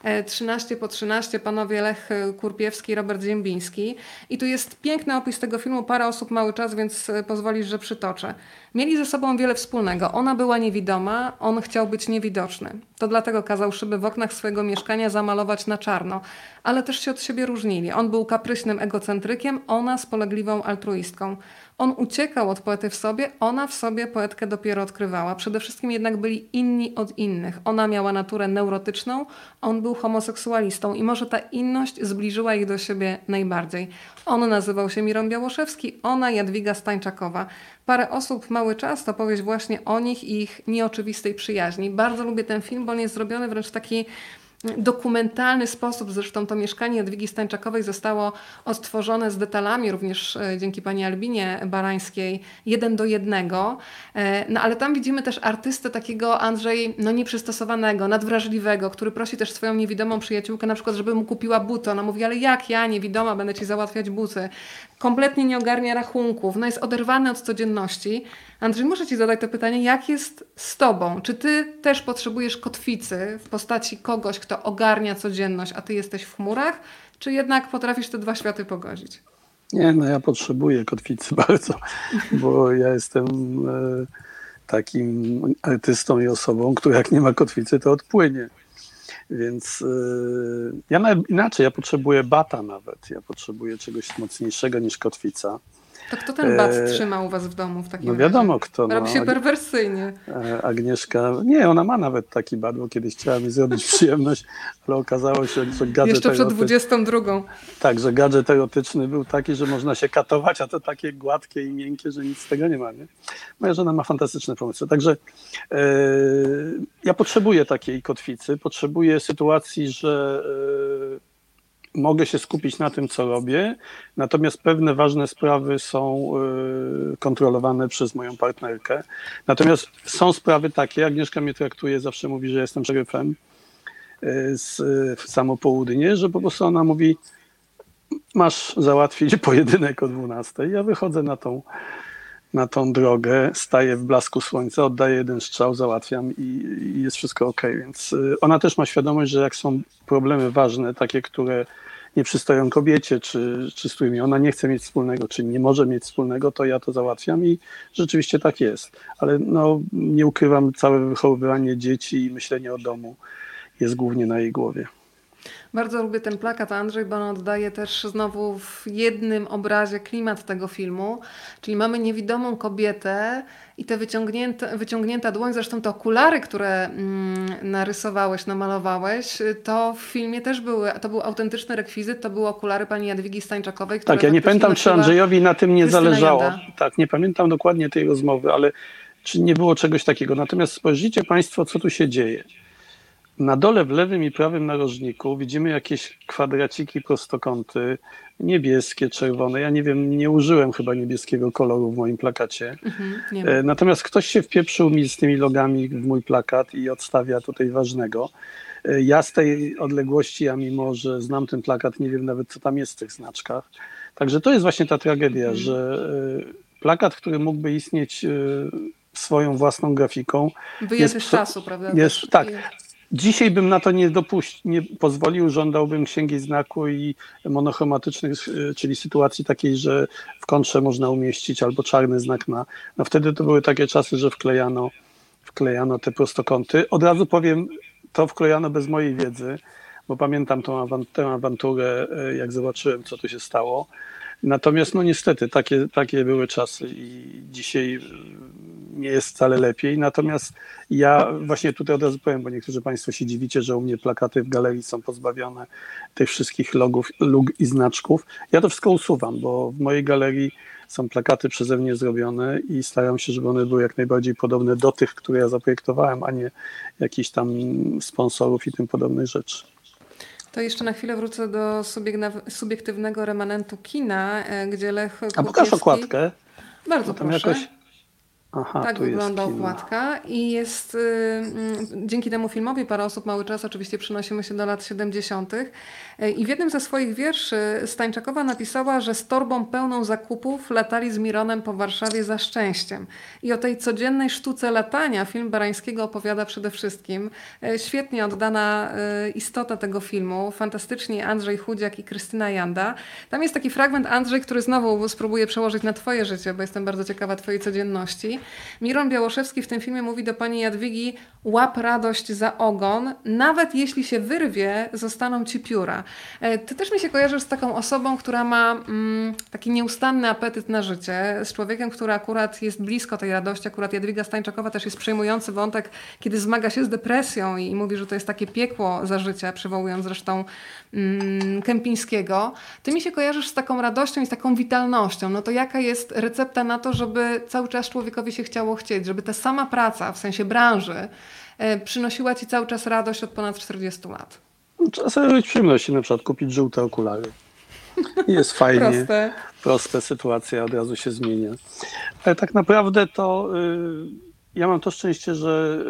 13 po 13, panowie Lech Kurpiewski i Robert Ziembiński. I tu jest piękny opis tego filmu, parę osób, mały czas, więc pozwolisz, że przytoczę. Mieli ze sobą wiele wspólnego. Ona była niewidoma, on chciał być niewidoczny. To dlatego kazał szyby w oknach swojego mieszkania zamalować na czarno. Ale też się od siebie różnili. On był kapryśnym egocentrykiem, ona spolegliwą altruistką. On uciekał od poety w sobie, ona w sobie poetkę dopiero odkrywała. Przede wszystkim jednak byli inni od innych. Ona miała naturę neurotyczną, on był homoseksualistą i może ta inność zbliżyła ich do siebie najbardziej. On nazywał się Miron Białoszewski, ona Jadwiga Stańczakowa. Parę osób, mały czas, to powieść właśnie o nich i ich nieoczywistej przyjaźni. Bardzo lubię ten film, bo on jest zrobiony wręcz w taki dokumentalny sposób. Zresztą to mieszkanie Jadwigi Stańczakowej zostało odtworzone z detalami, również dzięki pani Albinie Barańskiej, 1:1. No ale tam widzimy też artystę takiego, Andrzej, no nieprzystosowanego, nadwrażliwego, który prosi też swoją niewidomą przyjaciółkę na przykład, żeby mu kupiła buty. Ona mówi, ale jak ja, niewidoma, będę ci załatwiać buty. Kompletnie nie ogarnia rachunków, no jest oderwany od codzienności. Andrzej, muszę ci zadać to pytanie, jak jest z tobą? Czy ty też potrzebujesz kotwicy w postaci kogoś, kto ogarnia codzienność, a ty jesteś w chmurach? Czy jednak potrafisz te dwa światy pogodzić? Nie, no ja potrzebuję kotwicy bardzo, bo ja jestem takim artystą i osobą, która jak nie ma kotwicy, to odpłynie. Więc ja inaczej, ja potrzebuję bata nawet. Ja potrzebuję czegoś mocniejszego niż kotwica. To kto ten bat trzyma u was w domu w takim razie? No wiadomo kto. Robi się perwersyjnie. Agnieszka, nie, ona ma nawet taki bat, bo kiedyś chciała mi zrobić przyjemność, ale okazało się, że gadżet jeszcze przed 22. Tak, że gadżet erotyczny był taki, że można się katować, a to takie gładkie i miękkie, że nic z tego nie ma. Nie? Moja żona ma fantastyczne pomysły. Także ja potrzebuję takiej kotwicy, potrzebuję sytuacji, że mogę się skupić na tym, co robię, natomiast pewne ważne sprawy są kontrolowane przez moją partnerkę. Natomiast są sprawy takie, Agnieszka mnie traktuje, zawsze mówi, że jestem szeryfem, w samo południe, że po prostu ona mówi, masz załatwić pojedynek o 12. Ja wychodzę na tą drogę, staję w blasku słońca, oddaję jeden strzał, załatwiam i jest wszystko okej. Więc ona też ma świadomość, że jak są problemy ważne, takie, które nie przystoją kobiecie, czy z którymi ona nie chce mieć wspólnego, czy nie może mieć wspólnego, to ja to załatwiam i rzeczywiście tak jest. Ale no, nie ukrywam, całe wychowywanie dzieci i myślenie o domu jest głównie na jej głowie. Bardzo lubię ten plakat, Andrzej, bo on oddaje też znowu w jednym obrazie klimat tego filmu. Czyli mamy niewidomą kobietę i te wyciągnięta dłoń, zresztą te okulary, które narysowałeś, namalowałeś, to w filmie też były, to był autentyczny rekwizyt, to były okulary pani Jadwigi Stańczakowej, która tak, ja nie pamiętam, czy Andrzejowi na tym nie Krystyna zależało. Janda. Tak, nie pamiętam dokładnie tej rozmowy, ale czy nie było czegoś takiego. Natomiast spojrzyjcie Państwo, co tu się dzieje. Na dole w lewym i prawym narożniku widzimy jakieś kwadraciki, prostokąty, niebieskie, czerwone. Ja nie wiem, nie użyłem chyba niebieskiego koloru w moim plakacie. Nie ma. Natomiast ktoś się wpieprzył mi z tymi logami w mój plakat i odstawia tutaj ważnego. Ja z tej odległości, a mimo że znam ten plakat, nie wiem nawet, co tam jest w tych znaczkach. Także to jest właśnie ta tragedia, że plakat, który mógłby istnieć swoją własną grafiką, Wyjęty z czasu, prawda? Jest, tak. Dzisiaj bym na to nie pozwolił, żądałbym księgi znaku i monochromatycznych, czyli sytuacji takiej, że w kontrze można umieścić albo czarny znak na. No wtedy to były takie czasy, że wklejano te prostokąty. Od razu powiem, to wklejano bez mojej wiedzy, bo pamiętam tę awanturę, jak zobaczyłem, co tu się stało. Natomiast no niestety takie były czasy i dzisiaj nie jest wcale lepiej. Natomiast ja właśnie tutaj od razu powiem, bo niektórzy Państwo się dziwicie, że u mnie plakaty w galerii są pozbawione tych wszystkich log i znaczków. Ja to wszystko usuwam, bo w mojej galerii są plakaty przeze mnie zrobione i staram się, żeby one były jak najbardziej podobne do tych, które ja zaprojektowałem, a nie jakichś tam sponsorów i tym podobnych rzeczy. To jeszcze na chwilę wrócę do subiektywnego remanentu kina, gdzie Lech Głukiewski... A pokaż okładkę. Bardzo proszę. Aha, tak tu wygląda jest okładka i jest dzięki temu filmowi Parę osób, mały czas, oczywiście przenosimy się do lat 70. I w jednym ze swoich wierszy Stańczakowa napisała, że z torbą pełną zakupów latali z Mironem po Warszawie za szczęściem. I o tej codziennej sztuce latania film Barańskiego opowiada przede wszystkim. Świetnie oddana istota tego filmu, fantastycznie Andrzej Chudziak i Krystyna Janda. Tam jest taki fragment, Andrzej, który znowu spróbuję przełożyć na twoje życie, bo jestem bardzo ciekawa twojej codzienności. Miron Białoszewski w tym filmie mówi do pani Jadwigi: łap radość za ogon, nawet jeśli się wyrwie, zostaną ci pióra. Ty też mi się kojarzysz z taką osobą, która ma taki nieustanny apetyt na życie, z człowiekiem, który akurat jest blisko tej radości. Akurat Jadwiga Stańczakowa też jest przejmujący wątek, kiedy zmaga się z depresją i mówi, że to jest takie piekło za życia, przywołując zresztą Kępińskiego. Ty mi się kojarzysz z taką radością i z taką witalnością. No to jaka jest recepta na to, żeby cały czas człowiekowi się chciało chcieć, żeby ta sama praca, w sensie branży, przynosiła ci cały czas radość od ponad 40 lat? Trzeba sobie robić przyjemności, na przykład kupić żółte okulary. Jest fajnie, proste sytuacja, od razu się zmienia. Ale tak naprawdę to ja mam to szczęście, że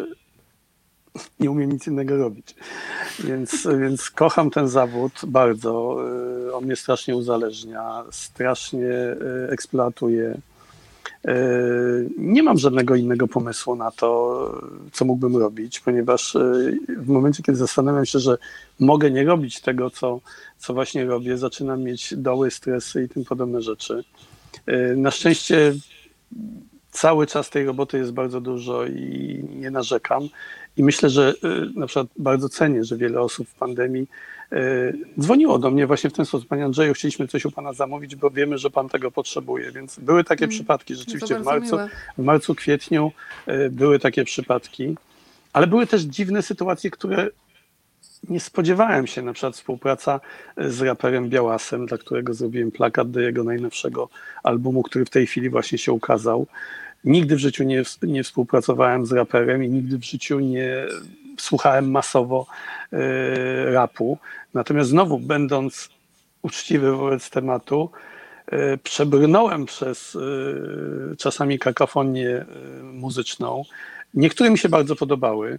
nie umiem nic innego robić. Więc kocham ten zawód bardzo. On mnie strasznie uzależnia, strasznie eksploatuje. Nie mam żadnego innego pomysłu na to, co mógłbym robić, ponieważ w momencie, kiedy zastanawiam się, że mogę nie robić tego, co właśnie robię, zaczynam mieć doły, stresy i tym podobne rzeczy. Na szczęście cały czas tej roboty jest bardzo dużo i nie narzekam. I myślę, że na przykład bardzo cenię, że wiele osób w pandemii dzwoniło do mnie właśnie w ten sposób: panie Andrzeju, chcieliśmy coś u pana zamówić, bo wiemy, że pan tego potrzebuje. Więc były takie przypadki rzeczywiście w marcu, kwietniu były takie przypadki, ale były też dziwne sytuacje, które nie spodziewałem się. Na przykład współpraca z raperem Białasem, dla którego zrobiłem plakat do jego najnowszego albumu, który w tej chwili właśnie się ukazał. Nigdy w życiu nie współpracowałem z raperem i nigdy w życiu nie słuchałem masowo rapu. Natomiast znowu, będąc uczciwy wobec tematu, przebrnąłem przez czasami kakofonię muzyczną. Niektóre mi się bardzo podobały.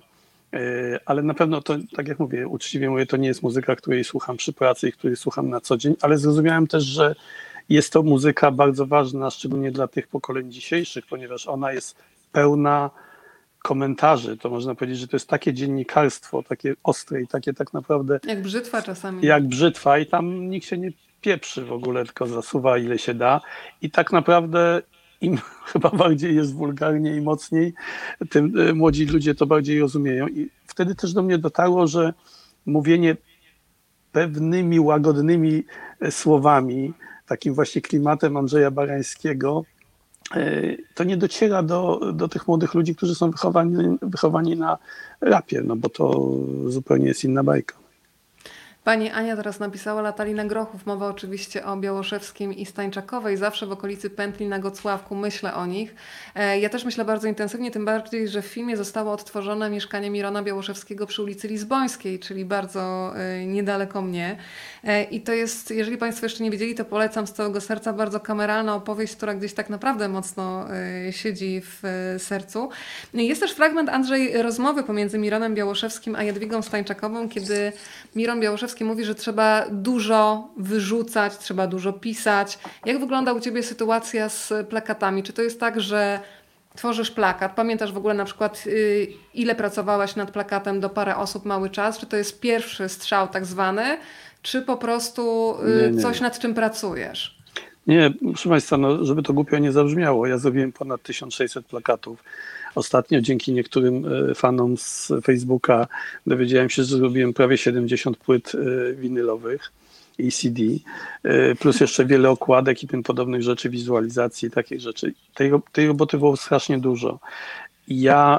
Ale na pewno to, tak jak mówię, uczciwie mówię, to nie jest muzyka, której słucham przy pracy i której słucham na co dzień, ale zrozumiałem też, że jest to muzyka bardzo ważna, szczególnie dla tych pokoleń dzisiejszych, ponieważ ona jest pełna komentarzy. To można powiedzieć, że to jest takie dziennikarstwo, takie ostre i takie tak naprawdę Jak brzytwa czasami. jak brzytwa i tam nikt się nie pieprzy w ogóle, tylko zasuwa ile się da i tak naprawdę im chyba bardziej jest wulgarnie i mocniej, tym młodzi ludzie to bardziej rozumieją i wtedy też do mnie dotarło, że mówienie pewnymi łagodnymi słowami, takim właśnie klimatem Andrzeja Barańskiego, to nie dociera do tych młodych ludzi, którzy są wychowani na rapie, no bo to zupełnie jest inna bajka. Pani Ania teraz napisała Latalina Grochów. Mowa oczywiście o Białoszewskim i Stańczakowej. Zawsze w okolicy Pętli na Gocławku myślę o nich. Ja też myślę bardzo intensywnie, tym bardziej, że w filmie zostało odtworzone mieszkanie Mirona Białoszewskiego przy ulicy Lizbońskiej, czyli bardzo niedaleko mnie. I to jest, jeżeli Państwo jeszcze nie wiedzieli, to polecam z całego serca, bardzo kameralna opowieść, która gdzieś tak naprawdę mocno siedzi w sercu. Jest też fragment, Andrzej, rozmowy pomiędzy Mironem Białoszewskim a Jadwigą Stańczakową, kiedy Miron Białoszewski mówi, że trzeba dużo wyrzucać, trzeba dużo pisać. Jak wygląda u Ciebie sytuacja z plakatami? Czy to jest tak, że tworzysz plakat, pamiętasz w ogóle na przykład ile pracowałaś nad plakatem do parę osób mały czas? Czy to jest pierwszy strzał tak zwany, czy po prostu Nie. coś nad czym pracujesz? Nie, proszę Państwa, no, żeby to głupio nie zabrzmiało, ja zrobiłem ponad 1600 plakatów. Ostatnio dzięki niektórym fanom z Facebooka dowiedziałem się, że zrobiłem prawie 70 płyt winylowych i CD, plus jeszcze wiele okładek i tym podobnych rzeczy, wizualizacji i takich rzeczy. Tej roboty było strasznie dużo. Ja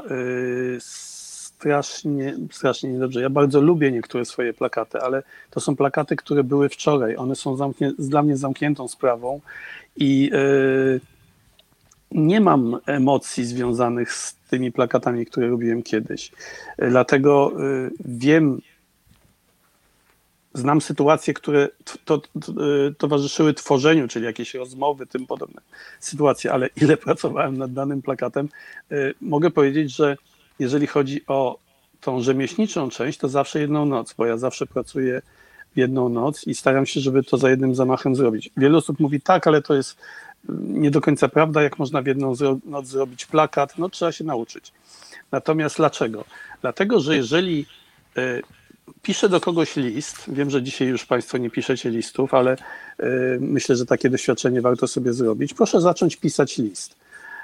strasznie niedobrze. Ja bardzo lubię niektóre swoje plakaty, ale to są plakaty, które były wczoraj. One są dla mnie zamkniętą sprawą i nie mam emocji związanych z tymi plakatami, które robiłem kiedyś. Dlatego znam sytuacje, które towarzyszyły tworzeniu, czyli jakieś rozmowy, tym podobne sytuacje, ale ile pracowałem nad danym plakatem, mogę powiedzieć, że jeżeli chodzi o tą rzemieślniczą część, to zawsze jedną noc, bo ja zawsze pracuję w jedną noc i staram się, żeby to za jednym zamachem zrobić. Wiele osób mówi tak, ale to jest nie do końca prawda, jak można w jedną noc zrobić plakat, no trzeba się nauczyć. Natomiast dlaczego? Dlatego, że jeżeli piszę do kogoś list, wiem, że dzisiaj już Państwo nie piszecie listów, ale myślę, że takie doświadczenie warto sobie zrobić. Proszę zacząć pisać list.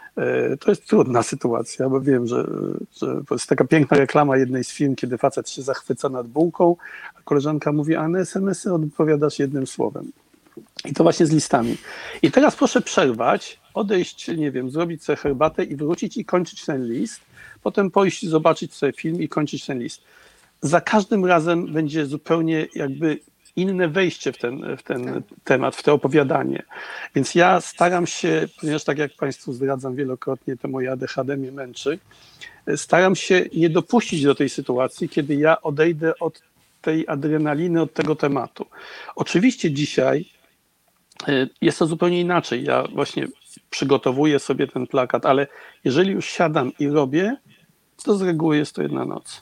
To jest trudna sytuacja, bo wiem, że to jest taka piękna reklama jednej z firm, kiedy facet się zachwyca nad bułką, a koleżanka mówi, a na SMS-y odpowiadasz jednym słowem. I to właśnie z listami. I teraz proszę przerwać, odejść, nie wiem, zrobić sobie herbatę i wrócić i kończyć ten list, potem pójść, zobaczyć sobie film i kończyć ten list. Za każdym razem będzie zupełnie jakby inne wejście w ten temat, w to opowiadanie. Więc ja staram się, ponieważ tak jak Państwu zdradzam wielokrotnie, to moje ADHD mnie męczy, staram się nie dopuścić do tej sytuacji, kiedy ja odejdę od tej adrenaliny, od tego tematu. Oczywiście dzisiaj jest to zupełnie inaczej. Ja właśnie przygotowuję sobie ten plakat, ale jeżeli już siadam i robię, to z reguły jest to jedna noc.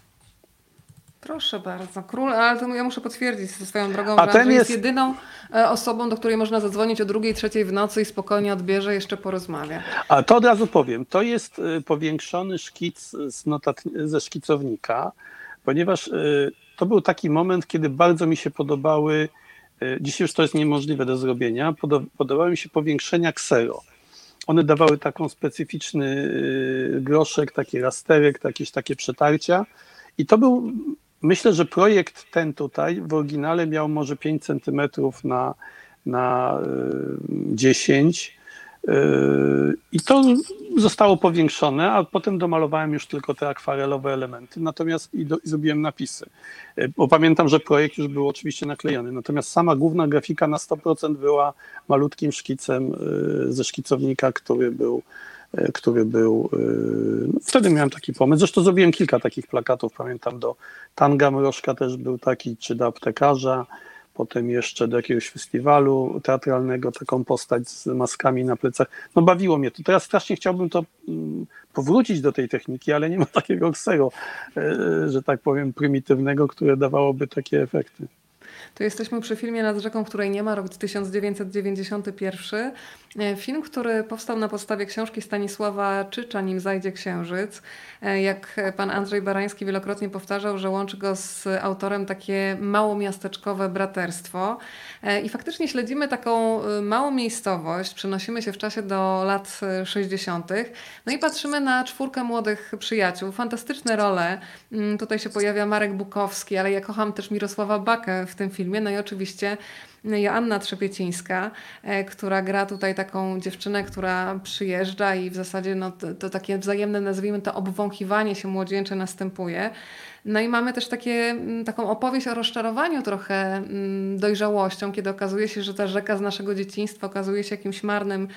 Proszę bardzo. Król, ale to ja muszę potwierdzić ze swoją drogą, A że ten Andrzej jest jest jedyną osobą, do której można zadzwonić o 2, 3 w nocy i spokojnie odbierze, jeszcze porozmawia. A to od razu powiem, to jest powiększony szkic ze szkicownika, ponieważ to był taki moment, kiedy bardzo mi się podobały, dzisiaj już to jest niemożliwe do zrobienia, podobały mi się powiększenia ksero. One dawały taką specyficzny groszek, taki rasterek, jakieś takie przetarcia i to był, myślę, że projekt ten tutaj w oryginale miał może 5 centymetrów na 10 i to zostało powiększone, a potem domalowałem już tylko te akwarelowe elementy, natomiast i zrobiłem napisy. Bo pamiętam, że projekt już był oczywiście naklejony, natomiast sama główna grafika na 100% była malutkim szkicem ze szkicownika, który był wtedy miałem taki pomysł. Zresztą zrobiłem kilka takich plakatów, pamiętam do Tanga Mrożka też był taki, czy do Aptekarza. potem jeszcze do jakiegoś festiwalu teatralnego, taką postać z maskami na plecach. No bawiło mnie to. Teraz strasznie chciałbym to powrócić do tej techniki, ale nie ma takiego ksero, że tak powiem, prymitywnego, które dawałoby takie efekty. To jesteśmy przy filmie Nad rzeką, której nie ma, rok 1991. Film, który powstał na podstawie książki Stanisława Czycza, Nim zajdzie księżyc. Jak pan Andrzej Barański wielokrotnie powtarzał, że łączy go z autorem takie małomiasteczkowe braterstwo. I faktycznie śledzimy taką małą miejscowość, przenosimy się w czasie do lat 60. No i patrzymy na 4 młodych przyjaciół. Fantastyczne role. Tutaj się pojawia Marek Bukowski, ale ja kocham też Mirosława Bakę w tym filmie. No i oczywiście Joanna Trzepiecińska, która gra tutaj taką dziewczynę, która przyjeżdża i w zasadzie no, to takie wzajemne, nazwijmy to, obwąchiwanie się młodzieńcze następuje. No i mamy też taką opowieść o rozczarowaniu trochę dojrzałością, kiedy okazuje się, że ta rzeka z naszego dzieciństwa okazuje się jakimś marnym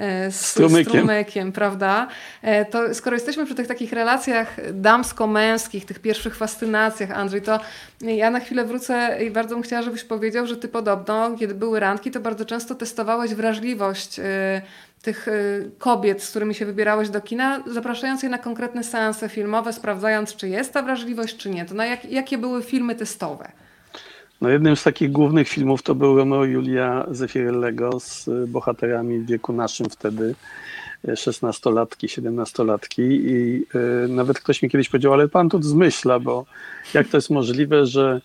strumykiem, prawda? To skoro jesteśmy przy tych takich relacjach damsko-męskich, tych pierwszych fascynacjach, Andrzej, to ja na chwilę wrócę i bardzo bym chciała, żebyś powiedział, że ty podobno, kiedy były randki, to bardzo często testowałeś wrażliwość tych kobiet, z którymi się wybierałeś do kina, zapraszając je na konkretne seanse filmowe, sprawdzając, czy jest ta wrażliwość, czy nie. To jakie były filmy testowe? No jednym z takich głównych filmów to był Romeo i Julia Zeffirellego z bohaterami w wieku naszym wtedy, 16-latki, 17-latki i nawet ktoś mi kiedyś powiedział, ale pan tu zmyśla, bo jak to jest możliwe, że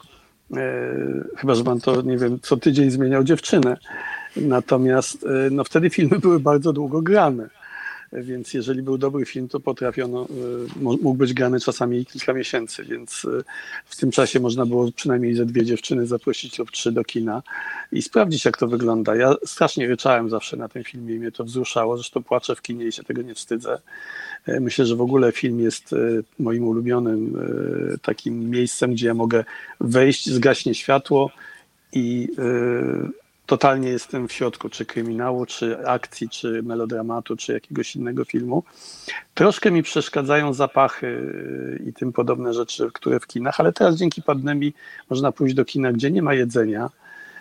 chyba, że pan to, nie wiem, co tydzień zmieniał dziewczynę. Natomiast no, wtedy filmy były bardzo długo grane, więc jeżeli był dobry film, to potrafiono, mógł być grany czasami kilka miesięcy, więc w tym czasie można było przynajmniej ze 2 dziewczyny zaprosić lub 3 do kina i sprawdzić, jak to wygląda. Ja strasznie ryczałem zawsze na tym filmie i mnie to wzruszało, zresztą płaczę w kinie i się tego nie wstydzę. Myślę, że w ogóle film jest moim ulubionym takim miejscem, gdzie ja mogę wejść, zgaśnie światło i totalnie jestem w środku, czy kryminału, czy akcji, czy melodramatu, czy jakiegoś innego filmu. Troszkę mi przeszkadzają zapachy i tym podobne rzeczy, które w kinach, ale teraz dzięki pandemii można pójść do kina, gdzie nie ma jedzenia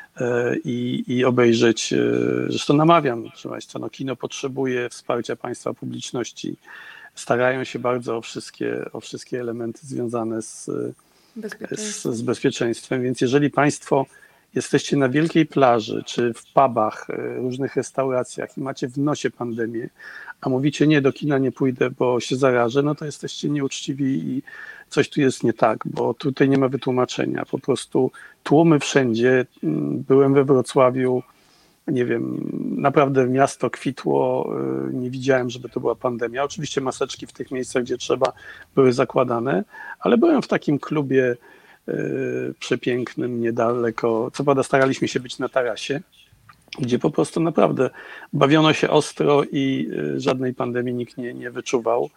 i obejrzeć. Zresztą namawiam, proszę Państwa, no kino potrzebuje wsparcia państwa, publiczności. Starają się bardzo o wszystkie elementy związane z bezpieczeństwem, więc jeżeli Państwo jesteście na wielkiej plaży, czy w pubach, różnych restauracjach i macie w nosie pandemię, a mówicie nie, do kina nie pójdę, bo się zarażę, no to jesteście nieuczciwi i coś tu jest nie tak, bo tutaj nie ma wytłumaczenia. Po prostu tłumy wszędzie. Byłem we Wrocławiu, nie wiem, naprawdę miasto kwitło, nie widziałem, żeby to była pandemia. Oczywiście maseczki w tych miejscach, gdzie trzeba, były zakładane, ale byłem w takim klubie przepięknym, niedaleko. Co prawda staraliśmy się być na tarasie, gdzie po prostu naprawdę bawiono się ostro i żadnej pandemii nikt nie wyczuwał.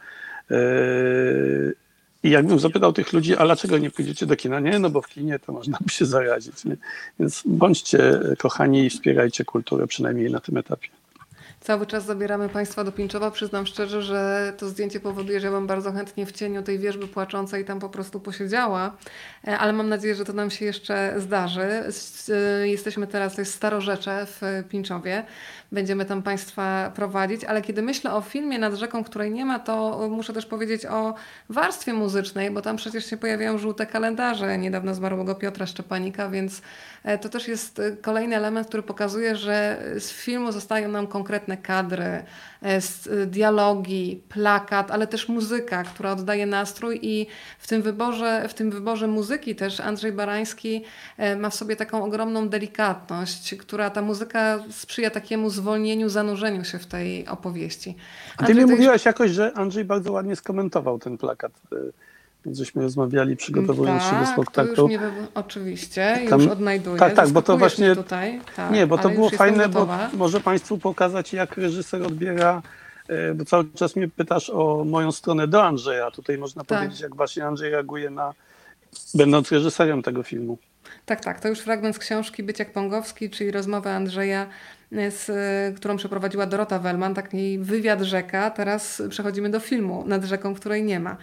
I jakbym zapytał tych ludzi, a dlaczego nie pójdziecie do kina? Nie, no bo w kinie to można by się zarazić. Nie? Więc bądźcie kochani i wspierajcie kulturę, przynajmniej na tym etapie. Cały czas zabieramy Państwa do Pińczowa. Przyznam szczerze, że to zdjęcie powoduje, że ja bym bardzo chętnie w cieniu tej wierzby płaczącej tam po prostu posiedziała, ale mam nadzieję, że to nam się jeszcze zdarzy. Jesteśmy teraz, to jest Starorzecze w Pińczowie. Będziemy tam Państwa prowadzić, ale kiedy myślę o filmie Nad rzeką, której nie ma, to muszę też powiedzieć o warstwie muzycznej, bo tam przecież się pojawiają żółte kalendarze niedawno zmarłego Piotra Szczepanika, więc to też jest kolejny element, który pokazuje, że z filmu zostają nam konkretne kadry, dialogi, plakat, ale też muzyka, która oddaje nastrój i w tym wyborze muzyki też Andrzej Barański ma w sobie taką ogromną delikatność, która ta muzyka sprzyja takiemu zwolnieniu, zanurzeniu się w tej opowieści. A ty mi mówiłaś jakoś, że Andrzej bardzo ładnie skomentował ten plakat. Więc żeśmy rozmawiali, przygotowując się do spektaklu. Oczywiście, już odnajduję. Tak, bo to właśnie. Tutaj. Tak, nie, bo to było fajne, bo może Państwu pokazać, jak reżyser odbiera, bo cały czas mnie pytasz o moją stronę do Andrzeja. Tutaj można powiedzieć, jak właśnie Andrzej reaguje będąc reżyserem tego filmu. Tak, to już fragment z książki Byciak Pongowski, czyli rozmowę Andrzeja, którą przeprowadziła Dorota Wellman, taki wywiad rzeka. Teraz przechodzimy do filmu Nad rzeką, której nie ma.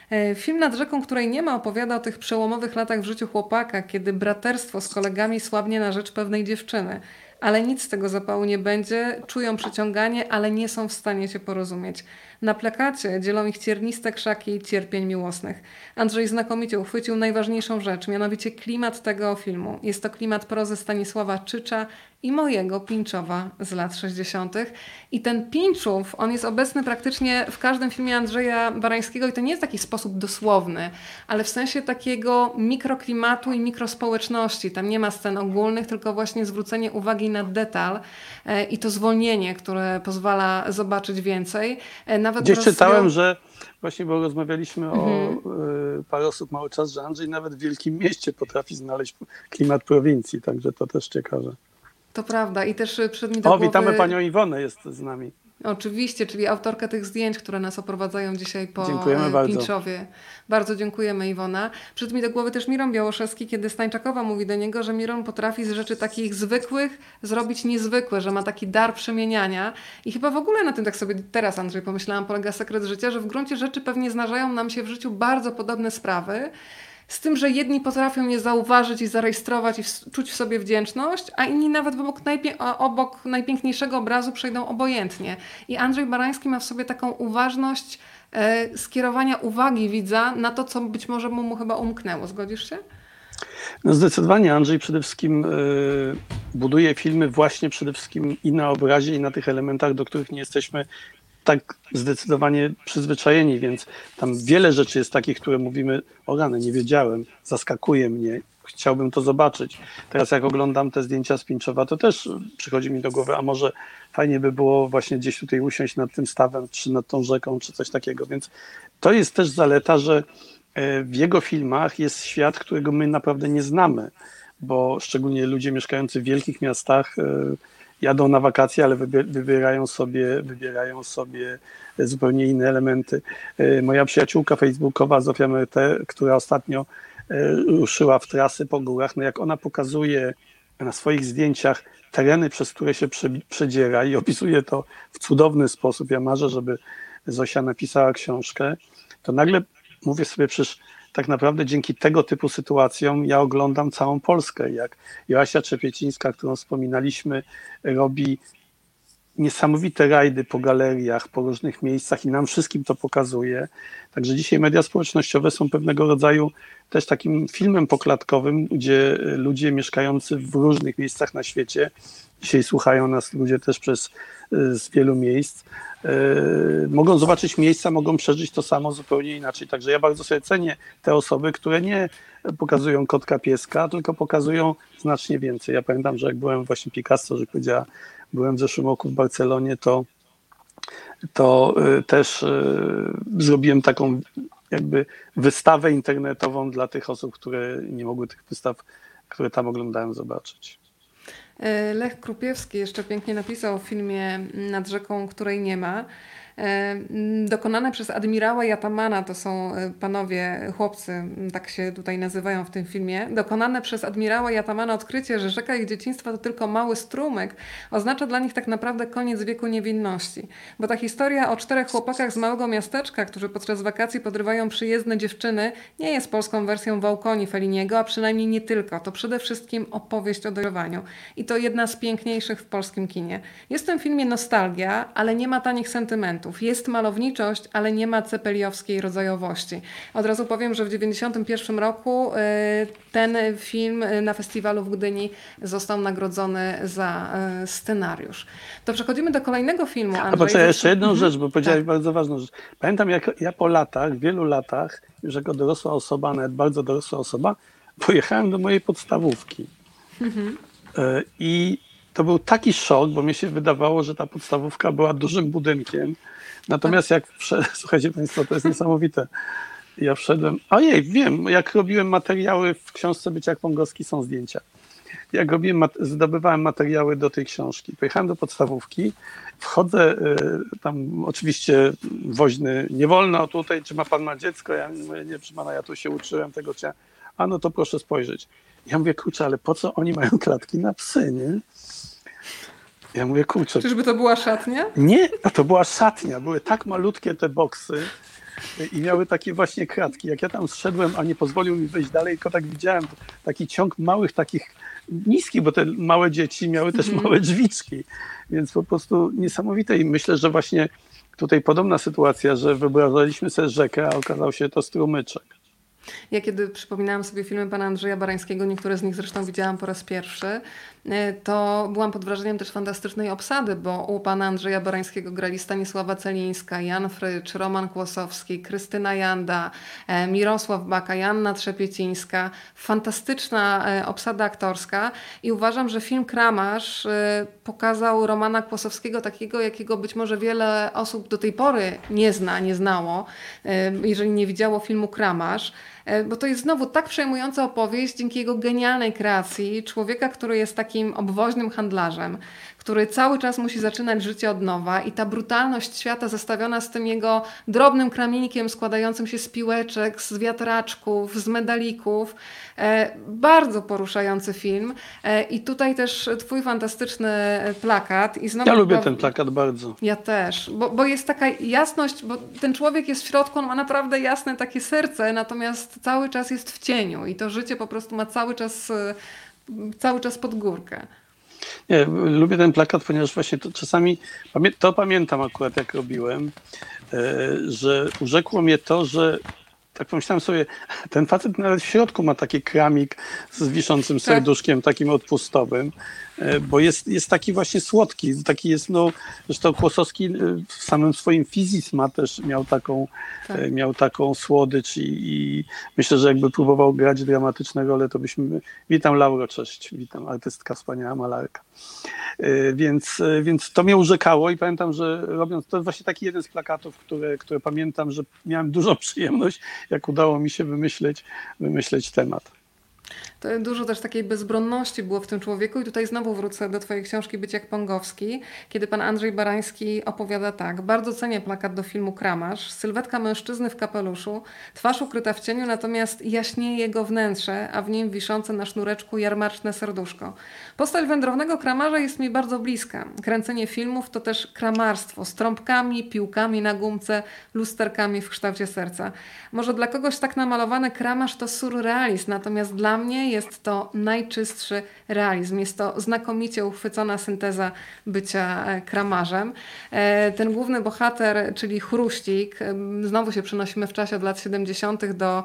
Film Nad rzeką, której nie ma, opowiada o tych przełomowych latach w życiu chłopaka, kiedy braterstwo z kolegami słabnie na rzecz pewnej dziewczyny. Ale nic z tego zapału nie będzie, czują przyciąganie, ale nie są w stanie się porozumieć. Na plakacie dzielą ich cierniste krzaki cierpień miłosnych. Andrzej znakomicie uchwycił najważniejszą rzecz, mianowicie klimat tego filmu. Jest to klimat prozy Stanisława Czycza i mojego Pińczowa z lat 60. I ten Pińczów, on jest obecny praktycznie w każdym filmie Andrzeja Barańskiego i to nie jest taki sposób dosłowny, ale w sensie takiego mikroklimatu i mikrospołeczności. Tam nie ma scen ogólnych, tylko właśnie zwrócenie uwagi na detal i to zwolnienie, które pozwala zobaczyć więcej. Nawet Gdzieś czytałem, że właśnie, bo rozmawialiśmy o parę osób mały czas, że Andrzej nawet w wielkim mieście potrafi znaleźć klimat prowincji, także to też ciekawe. To prawda i też przyszedł mi do głowy... witamy panią Iwonę, jest z nami. Oczywiście, czyli autorkę tych zdjęć, które nas oprowadzają dzisiaj po Pińczowie. Bardzo. Bardzo dziękujemy, Iwona. Przyszedł mi do głowy też Miron Białoszewski, kiedy Stańczakowa mówi do niego, że Miron potrafi z rzeczy takich zwykłych zrobić niezwykłe, że ma taki dar przemieniania. I chyba w ogóle na tym, tak sobie teraz, Andrzej, pomyślałam, polega sekret życia, że w gruncie rzeczy pewnie zdarzają nam się w życiu bardzo podobne sprawy, z tym, że jedni potrafią je zauważyć i zarejestrować i czuć w sobie wdzięczność, a inni nawet obok najpiękniejszego obrazu przejdą obojętnie. I Andrzej Barański ma w sobie taką uważność skierowania uwagi widza na to, co być może mu chyba umknęło. Zgodzisz się? No zdecydowanie Andrzej przede wszystkim buduje filmy właśnie przede wszystkim i na obrazie, i na tych elementach, do których nie jesteśmy tak zdecydowanie przyzwyczajeni, więc tam wiele rzeczy jest takich, które mówimy, o rany, nie wiedziałem, zaskakuje mnie, chciałbym to zobaczyć. Teraz jak oglądam te zdjęcia z Pińczowa, to też przychodzi mi do głowy, a może fajnie by było właśnie gdzieś tutaj usiąść nad tym stawem, czy nad tą rzeką, czy coś takiego, więc to jest też zaleta, że w jego filmach jest świat, którego my naprawdę nie znamy, bo szczególnie ludzie mieszkający w wielkich miastach jadą na wakacje, ale wybierają sobie zupełnie inne elementy. Moja przyjaciółka facebookowa Zofia Merte, która ostatnio ruszyła w trasy po górach, no jak ona pokazuje na swoich zdjęciach tereny, przez które się przedziera i opisuje to w cudowny sposób. Ja marzę, żeby Zosia napisała książkę, to nagle mówię sobie, przecież tak naprawdę dzięki tego typu sytuacjom ja oglądam całą Polskę. Jak Joasia Trzepiecińska, którą wspominaliśmy, robi niesamowite rajdy po galeriach, po różnych miejscach i nam wszystkim to pokazuje. Także dzisiaj media społecznościowe są pewnego rodzaju też takim filmem poklatkowym, gdzie ludzie mieszkający w różnych miejscach na świecie, dzisiaj słuchają nas ludzie też z wielu miejsc, mogą zobaczyć miejsca, mogą przeżyć to samo zupełnie inaczej. Także ja bardzo sobie cenię te osoby, które nie pokazują kotka, pieska, tylko pokazują znacznie więcej. Ja pamiętam, że jak byłem właśnie Picasso, że powiedziała, byłem w zeszłym roku w Barcelonie, to też zrobiłem taką jakby wystawę internetową dla tych osób, które nie mogły tych wystaw, które tam oglądałem, zobaczyć. Lech Krupiewski jeszcze pięknie napisał w filmie Nad rzeką, której nie ma. Dokonane przez admirała Jatamana, to są panowie, chłopcy, tak się tutaj nazywają w tym filmie, dokonane przez admirała Jatamana odkrycie, że rzeka ich dzieciństwa to tylko mały strumyk, oznacza dla nich tak naprawdę koniec wieku niewinności. Bo ta historia o 4 chłopakach z małego miasteczka, którzy podczas wakacji podrywają przyjezdne dziewczyny, nie jest polską wersją Wałkoni Felliniego, a przynajmniej nie tylko. To przede wszystkim opowieść o dojrzewaniu. I to jedna z piękniejszych w polskim kinie. Jest w tym filmie nostalgia, ale nie ma tanich sentymentów. Jest malowniczość, ale nie ma cepeliowskiej rodzajowości. Od razu powiem, że w 1991 roku ten film na festiwalu w Gdyni został nagrodzony za scenariusz. To przechodzimy do kolejnego filmu. Andrzej. A poczekaj, jeszcze jedną rzecz, bo powiedziałeś bardzo ważną rzecz. Pamiętam, jak ja po latach, wielu latach, już jako dorosła osoba, nawet bardzo dorosła osoba, pojechałem do mojej podstawówki. I to był taki szok, bo mi się wydawało, że ta podstawówka była dużym budynkiem. Natomiast jak wszedłem, słuchajcie państwo, to jest niesamowite. Ja wszedłem, wiem, jak robiłem materiały w książce Byciak Pongowski są zdjęcia. Jak zdobywałem materiały do tej książki, pojechałem do podstawówki, wchodzę, tam oczywiście woźny, nie wolno tutaj, czy ma pan ma dziecko? Ja mówię, nie, proszę pana, ja tu się uczyłem tego, a no to proszę spojrzeć. Ja mówię, kurczę, ale po co oni mają klatki na psy, nie? Ja mówię, kurczę. Czyżby to była szatnia? Nie, a to była szatnia. Były tak malutkie te boksy i miały takie właśnie kratki. Jak ja tam zszedłem, a nie pozwolił mi wejść dalej, tylko tak widziałem taki ciąg małych takich niskich, bo te małe dzieci miały też małe drzwiczki. Więc po prostu niesamowite. I myślę, że właśnie tutaj podobna sytuacja, że wyobrażaliśmy sobie rzekę, a okazał się to strumyczek. Ja kiedy przypominałam sobie filmy pana Andrzeja Barańskiego, niektóre z nich zresztą widziałam po raz pierwszy, to byłam pod wrażeniem też fantastycznej obsady, bo u pana Andrzeja Barańskiego grali Stanisława Celińska, Jan Frycz, Roman Kłosowski, Krystyna Janda, Mirosław Baka, Joanna Trzepiecińska. Fantastyczna obsada aktorska i uważam, że film Kramarz pokazał Romana Kłosowskiego takiego, jakiego być może wiele osób do tej pory nie znało, jeżeli nie widziało filmu Kramarz. Bo to jest znowu tak przejmująca opowieść dzięki jego genialnej kreacji człowieka, który jest takim obwoźnym handlarzem, który cały czas musi zaczynać życie od nowa i ta brutalność świata zestawiona z tym jego drobnym kramieniem składającym się z piłeczek, z wiatraczków, z medalików. Bardzo poruszający film. I tutaj też twój fantastyczny plakat. I znowu ja lubię ten plakat bardzo. Ja też, bo jest taka jasność, bo ten człowiek jest w środku, on ma naprawdę jasne takie serce, natomiast cały czas jest w cieniu i to życie po prostu ma cały czas pod górkę. Nie, lubię ten plakat, ponieważ właśnie to czasami, to pamiętam akurat jak robiłem, że urzekło mnie to, że tak pomyślałem sobie, ten facet nawet w środku ma taki kramik z wiszącym serduszkiem, takim odpustowym, bo jest taki właśnie słodki, taki jest, zresztą Kłosowski w samym swoim fizizma też miał taką słodycz i myślę, że jakby próbował grać dramatyczne role, to witam Lauro, cześć, witam, artystka, wspaniała malarka. Więc to mnie urzekało i pamiętam, że robiąc, to właśnie taki jeden z plakatów, które pamiętam, że miałem dużą przyjemność, jak udało mi się wymyśleć temat. To dużo też takiej bezbronności było w tym człowieku i tutaj znowu wrócę do twojej książki Być jak Pongowski, kiedy pan Andrzej Barański opowiada tak. Bardzo cenię plakat do filmu Kramarz. Sylwetka mężczyzny w kapeluszu, twarz ukryta w cieniu, natomiast jaśnieje jego wnętrze, a w nim wiszące na sznureczku jarmarczne serduszko. Postać wędrownego kramarza jest mi bardzo bliska. Kręcenie filmów to też kramarstwo z trąbkami, piłkami na gumce, lusterkami w kształcie serca. Może dla kogoś tak namalowany kramarz to surrealizm, natomiast dla mnie jest to najczystszy realizm. Jest to znakomicie uchwycona synteza bycia kramarzem. Ten główny bohater, czyli Chruścik, znowu się przenosimy w czasie od lat 70. do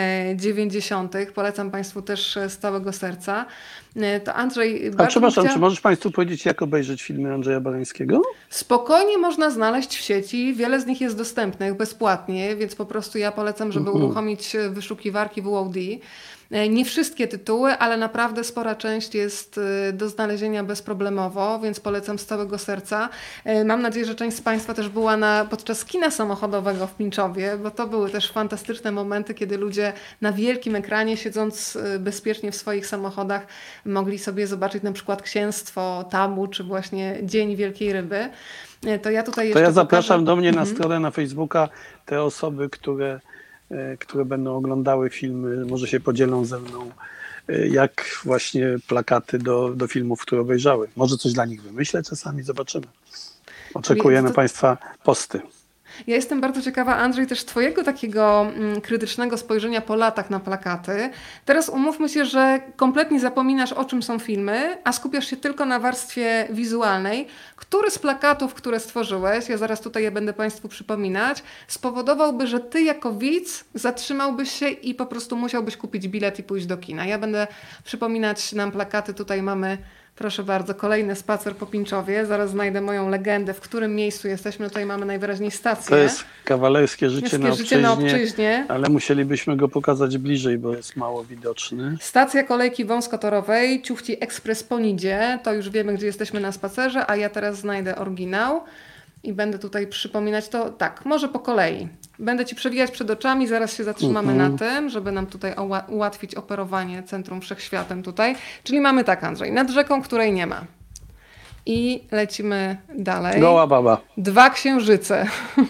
90. Polecam Państwu też z całego serca. To Andrzej... Przepraszam, czy możesz Państwu powiedzieć, jak obejrzeć filmy Andrzeja Barańskiego? Spokojnie można znaleźć w sieci. Wiele z nich jest dostępnych bezpłatnie, więc po prostu ja polecam, żeby uruchomić wyszukiwarki VOD. Nie wszystkie tytuły, ale naprawdę spora część jest do znalezienia bezproblemowo, więc polecam z całego serca. Mam nadzieję, że część z Państwa też była podczas kina samochodowego w Pińczowie, bo to były też fantastyczne momenty, kiedy ludzie na wielkim ekranie, siedząc bezpiecznie w swoich samochodach, mogli sobie zobaczyć na przykład Księstwo Tabu, czy właśnie Dzień Wielkiej Ryby. To ja zapraszam do mnie na stronę na Facebooka te osoby, które będą oglądały filmy, może się podzielą ze mną, jak właśnie plakaty do filmów, które obejrzały. Może coś dla nich wymyślę czasami, zobaczymy. Oczekuję na Państwa posty. Ja jestem bardzo ciekawa, Andrzej, też twojego takiego krytycznego spojrzenia po latach na plakaty. Teraz umówmy się, że kompletnie zapominasz, o czym są filmy, a skupiasz się tylko na warstwie wizualnej. Który z plakatów, które stworzyłeś, ja zaraz tutaj je będę Państwu przypominać, spowodowałby, że ty jako widz zatrzymałbyś się i po prostu musiałbyś kupić bilet i pójść do kina? Ja będę przypominać nam plakaty. Tutaj mamy... Proszę bardzo, kolejny spacer po Pińczowie. Zaraz znajdę moją legendę, w którym miejscu jesteśmy. Tutaj mamy najwyraźniej stację. To jest Kawalerskie życie na obczyźnie, ale musielibyśmy go pokazać bliżej, bo jest mało widoczny. Stacja kolejki wąskotorowej, Ciuchci Ekspres po Nidzie. To już wiemy, gdzie jesteśmy na spacerze, a ja teraz znajdę oryginał i będę tutaj przypominać to. Tak, może po kolei. Będę Ci przewijać przed oczami, zaraz się zatrzymamy na tym, żeby nam tutaj ułatwić operowanie Centrum Wszechświatem tutaj. Czyli mamy tak, Andrzej, nad rzeką, której nie ma. I lecimy dalej. Goła baba. 2 księżyce,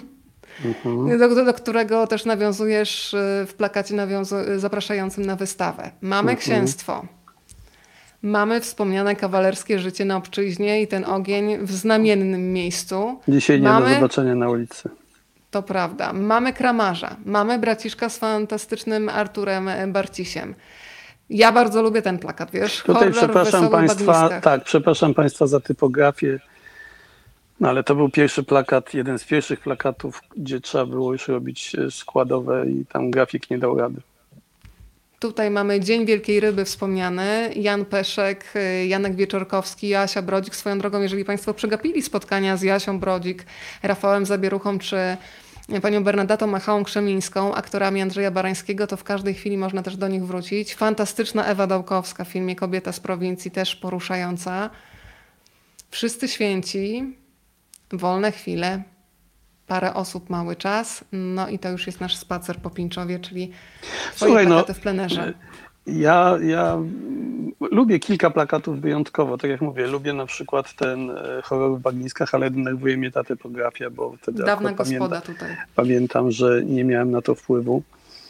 do którego też nawiązujesz w plakacie zapraszającym na wystawę. Mamy Księstwo. Mamy wspomniane kawalerskie życie na obczyźnie i ten ogień w znamiennym miejscu. Dzisiaj nie do zobaczenia na ulicy. To prawda. Mamy Kramarza. Mamy Braciszka z fantastycznym Arturem Barcisiem. Ja bardzo lubię ten plakat, wiesz? Tutaj przepraszam Państwa za typografię, no ale to był pierwszy plakat, jeden z pierwszych plakatów, gdzie trzeba było już robić składowe i tam grafik nie dał rady. Tutaj mamy Dzień Wielkiej Ryby wspomniany, Jan Peszek, Janek Wieczorkowski, Jasia Brodzik. Swoją drogą, jeżeli Państwo przegapili spotkania z Jasią Brodzik, Rafałem Zabieruchą czy panią Bernadetą Machałą-Krzemińską, aktorami Andrzeja Barańskiego, to w każdej chwili można też do nich wrócić. Fantastyczna Ewa Dałkowska w filmie Kobieta z prowincji, też poruszająca. Wszyscy święci, wolne chwile, parę osób, mały czas, no i to już jest nasz spacer po Pińczowie, czyli twoje plakaty w plenerze. Ja lubię kilka plakatów wyjątkowo, tak jak mówię, lubię na przykład ten Horror w Bagniskach, ale denerwuje mnie ta typografia, bo wtedy dawna gospoda tutaj. Pamiętam, że nie miałem na to wpływu,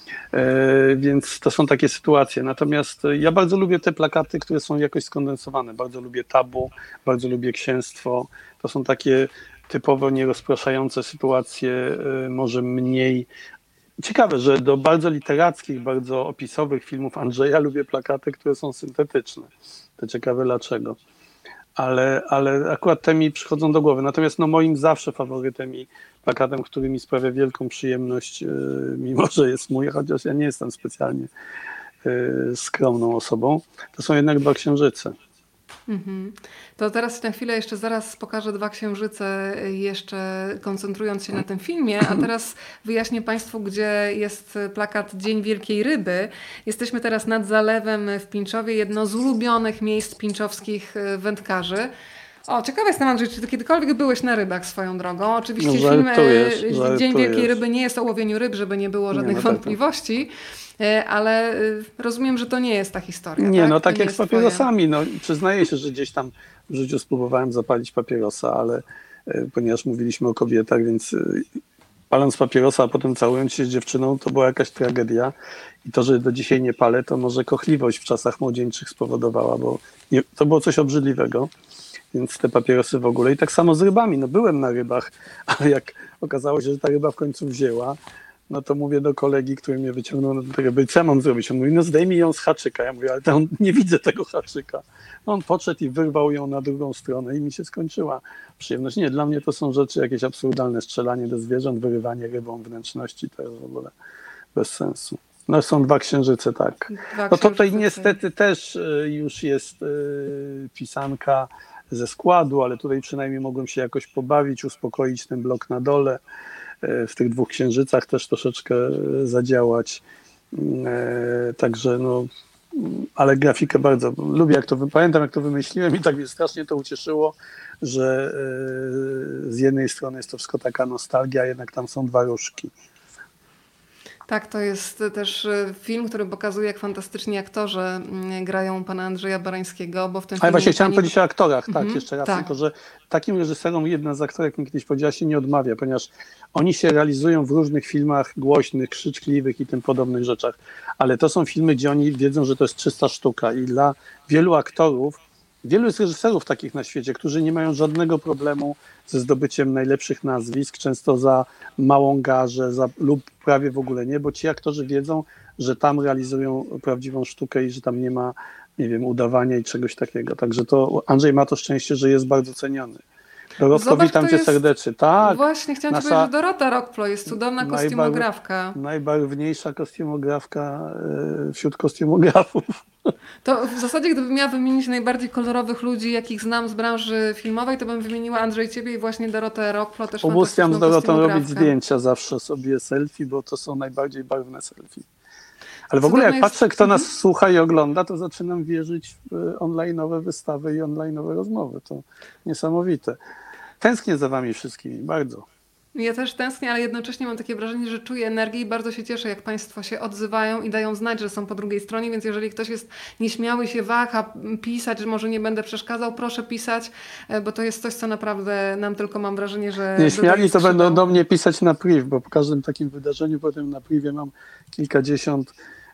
więc to są takie sytuacje. Natomiast ja bardzo lubię te plakaty, które są jakoś skondensowane, bardzo lubię Tabu, bardzo lubię Księstwo, to są takie typowo nierozpraszające sytuacje, może mniej. Ciekawe, że do bardzo literackich, bardzo opisowych filmów Andrzeja lubię plakaty, które są syntetyczne. To ciekawe dlaczego. Ale akurat te mi przychodzą do głowy. Natomiast moim zawsze faworytem i plakatem, który mi sprawia wielką przyjemność, mimo że jest mój, chociaż ja nie jestem specjalnie skromną osobą, to są jednak Dwa księżyce. To teraz na chwilę jeszcze zaraz pokażę Dwa księżyce, jeszcze koncentrując się na tym filmie, a teraz wyjaśnię Państwu, gdzie jest plakat Dzień Wielkiej Ryby. Jesteśmy teraz nad zalewem w Pińczowie, jedno z ulubionych miejsc pińczowskich wędkarzy. O, ciekawa jestem, Andrzej, czy ty kiedykolwiek byłeś na rybach swoją drogą? Oczywiście film Dzień Wielkiej Ryby nie jest o łowieniu ryb, żeby nie było żadnych wątpliwości. Ale rozumiem, że to nie jest ta historia. Nie, tak? Tak jak z papierosami. Przyznaję się, że gdzieś tam w życiu spróbowałem zapalić papierosa, ale ponieważ mówiliśmy o kobietach, więc paląc papierosa, a potem całując się z dziewczyną, to była jakaś tragedia. I to, że do dzisiaj nie palę, to może kochliwość w czasach młodzieńczych spowodowała, bo to było coś obrzydliwego. Więc te papierosy w ogóle. I tak samo z rybami. Byłem na rybach, ale jak okazało się, że ta ryba w końcu wzięła, no to mówię do kolegi, który mnie wyciągnął na tę rybę, co ja mam zrobić? On mówi, zdejmij ją z haczyka. Ja mówię, ale tam nie widzę tego haczyka. On podszedł i wyrwał ją na drugą stronę i mi się skończyła przyjemność. Nie, dla mnie to są rzeczy jakieś absurdalne. Strzelanie do zwierząt, wyrywanie rybą wnętrzności, to jest w ogóle bez sensu. Są Dwa księżyce, tak. Tutaj niestety też już jest pisanka ze składu, ale tutaj przynajmniej mogłem się jakoś pobawić, uspokoić ten blok na dole. W tych Dwóch księżycach też troszeczkę zadziałać. Także ale grafikę bardzo lubię, pamiętam jak to wymyśliłem i tak mnie strasznie to ucieszyło, że z jednej strony jest to wszystko taka nostalgia, jednak tam są dwa różki. Tak, to jest też film, który pokazuje, jak fantastycznie aktorzy grają pana Andrzeja Barańskiego, bo w tym filmie... Ale właśnie chciałem powiedzieć o aktorach, jeszcze raz, tylko że takim reżyserom jedna z aktorek mi kiedyś powiedziała, się nie odmawia, ponieważ oni się realizują w różnych filmach głośnych, krzyczliwych i tym podobnych rzeczach, ale to są filmy, gdzie oni wiedzą, że to jest czysta sztuka i dla wielu aktorów, wielu jest reżyserów takich na świecie, którzy nie mają żadnego problemu ze zdobyciem najlepszych nazwisk, często za małą garzę lub prawie w ogóle nie, bo ci aktorzy wiedzą, że tam realizują prawdziwą sztukę i że tam nie ma, nie wiem, udawania i czegoś takiego. Także to Andrzej ma to szczęście, że jest bardzo ceniony. Dorotko, witam cię serdecznie. Tak, właśnie chciałam ci powiedzieć, że Dorota Rockplo jest cudowna kostiumografka. Najbarwniejsza kostiumografka wśród kostiumografów. To w zasadzie, gdybym miała wymienić najbardziej kolorowych ludzi, jakich znam z branży filmowej, to bym wymieniła Andrzej ciebie i właśnie Dorotę Rockplo, też ubóstwiam z Dorotą robić zdjęcia zawsze sobie selfie, bo to są najbardziej barwne selfie. Ale w ogóle jak patrzę, kto nas słucha i ogląda, to zaczynam wierzyć w online'owe wystawy i online'owe rozmowy. To niesamowite. Tęsknię za wami wszystkimi, bardzo. Ja też tęsknię, ale jednocześnie mam takie wrażenie, że czuję energię i bardzo się cieszę, jak Państwo się odzywają i dają znać, że są po drugiej stronie, więc jeżeli ktoś jest nieśmiały, się waha pisać, że może nie będę przeszkadzał, proszę pisać, bo to jest coś, co naprawdę nam tylko, mam wrażenie, że... Nieśmiali to będą do mnie pisać na priv, bo po każdym takim wydarzeniu potem na privie mam kilkadziesiąt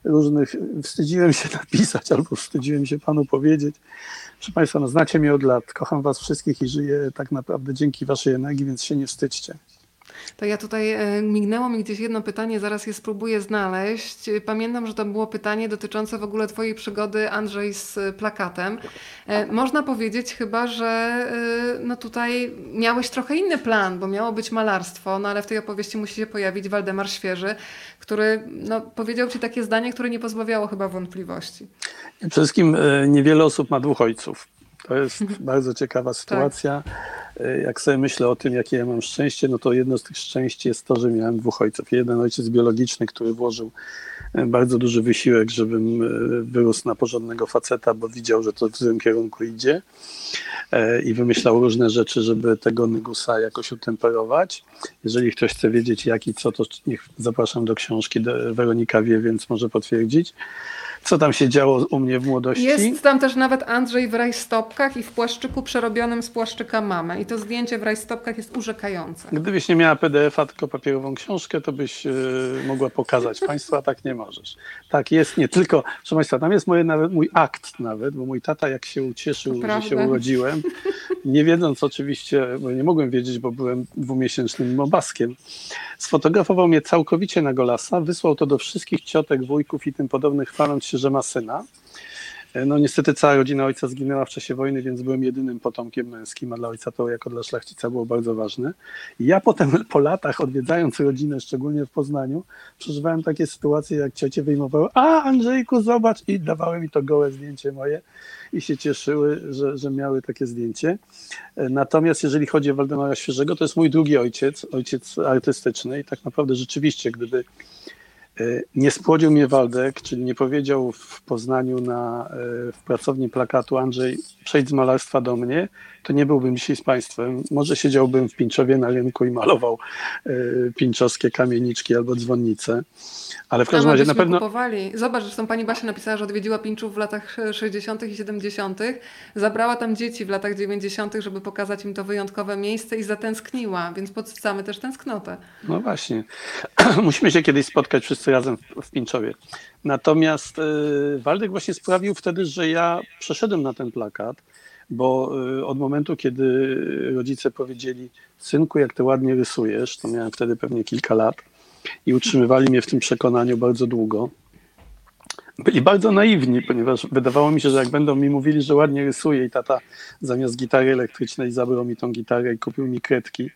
różnych wstydziłem się napisać albo wstydziłem się panu powiedzieć. Proszę państwa, no znacie mnie od lat, kocham was wszystkich i żyję tak naprawdę dzięki waszej energii, więc się nie wstydźcie. To ja tutaj mignęło mi gdzieś jedno pytanie, zaraz je spróbuję znaleźć. Pamiętam, że to było pytanie dotyczące w ogóle twojej przygody, Andrzej, z plakatem. Można powiedzieć chyba, że no tutaj miałeś trochę inny plan, bo miało być malarstwo, no ale w tej opowieści musi się pojawić Waldemar Świeży, który no, powiedział ci takie zdanie, które nie pozbawiało chyba wątpliwości. Przede wszystkim niewiele osób ma dwóch ojców. To jest bardzo ciekawa sytuacja. Jak sobie myślę o tym, jakie ja mam szczęście, no to jedno z tych szczęść jest to, że miałem dwóch ojców. Jeden ojciec biologiczny, który włożył bardzo duży wysiłek, żebym wyrósł na porządnego faceta, bo widział, że to w złym kierunku idzie i wymyślał różne rzeczy, żeby tego Nygusa jakoś utemperować. Jeżeli ktoś chce wiedzieć jak i co, to niech zapraszam do książki. Weronika wie, więc może potwierdzić, co tam się działo u mnie w młodości. Jest tam też nawet Andrzej w rajstopkach i w płaszczyku przerobionym z płaszczyka mamy. I to zdjęcie w rajstopkach jest urzekające. Gdybyś nie miała PDF-a, tylko papierową książkę, to byś mogła pokazać państwu, a tak nie możesz. Tak jest, nie tylko, proszę państwa, tam jest mój akt nawet, bo mój tata jak się ucieszył, że się urodziłem, nie wiedząc oczywiście, bo nie mogłem wiedzieć, bo byłem dwumiesięcznym mobaskiem, sfotografował mnie całkowicie na golasa, wysłał to do wszystkich ciotek, wujków i tym podobnych, chwaląc się, że ma syna. No niestety cała rodzina ojca zginęła w czasie wojny, więc byłem jedynym potomkiem męskim, a dla ojca to jako dla szlachcica było bardzo ważne. I ja potem po latach odwiedzając rodzinę, szczególnie w Poznaniu, przeżywałem takie sytuacje, jak ciocie wyjmowały: a Andrzejku, zobacz, i dawały mi to gołe zdjęcie moje i się cieszyły, że miały takie zdjęcie. Natomiast jeżeli chodzi o Waldemara Świeżego, to jest mój drugi ojciec artystyczny i tak naprawdę rzeczywiście, gdyby nie spłodził mnie Waldek, czyli nie powiedział w Poznaniu w pracowni plakatu: Andrzej, przejdź z malarstwa do mnie, to nie byłbym dzisiaj z państwem. Może siedziałbym w Pińczowie na rynku i malował pińczowskie kamieniczki albo dzwonnice. Ale w każdym razie na pewno... Kupowali. Zobacz, zresztą pani Basia napisała, że odwiedziła Pińczów w latach 60. i 70. Zabrała tam dzieci w latach 90., żeby pokazać im to wyjątkowe miejsce i zatęskniła, więc podsycamy też tęsknotę. No właśnie. Musimy się kiedyś spotkać wszyscy razem w Pińczowie. Natomiast Waldek właśnie sprawił wtedy, że ja przeszedłem na ten plakat, bo od momentu, kiedy rodzice powiedzieli: synku, jak ty ładnie rysujesz, to miałem wtedy pewnie kilka lat, i utrzymywali mnie w tym przekonaniu bardzo długo. Byli bardzo naiwni, ponieważ wydawało mi się, że jak będą mi mówili, że ładnie rysuję, i tata zamiast gitary elektrycznej zabrał mi tą gitarę i kupił mi kredki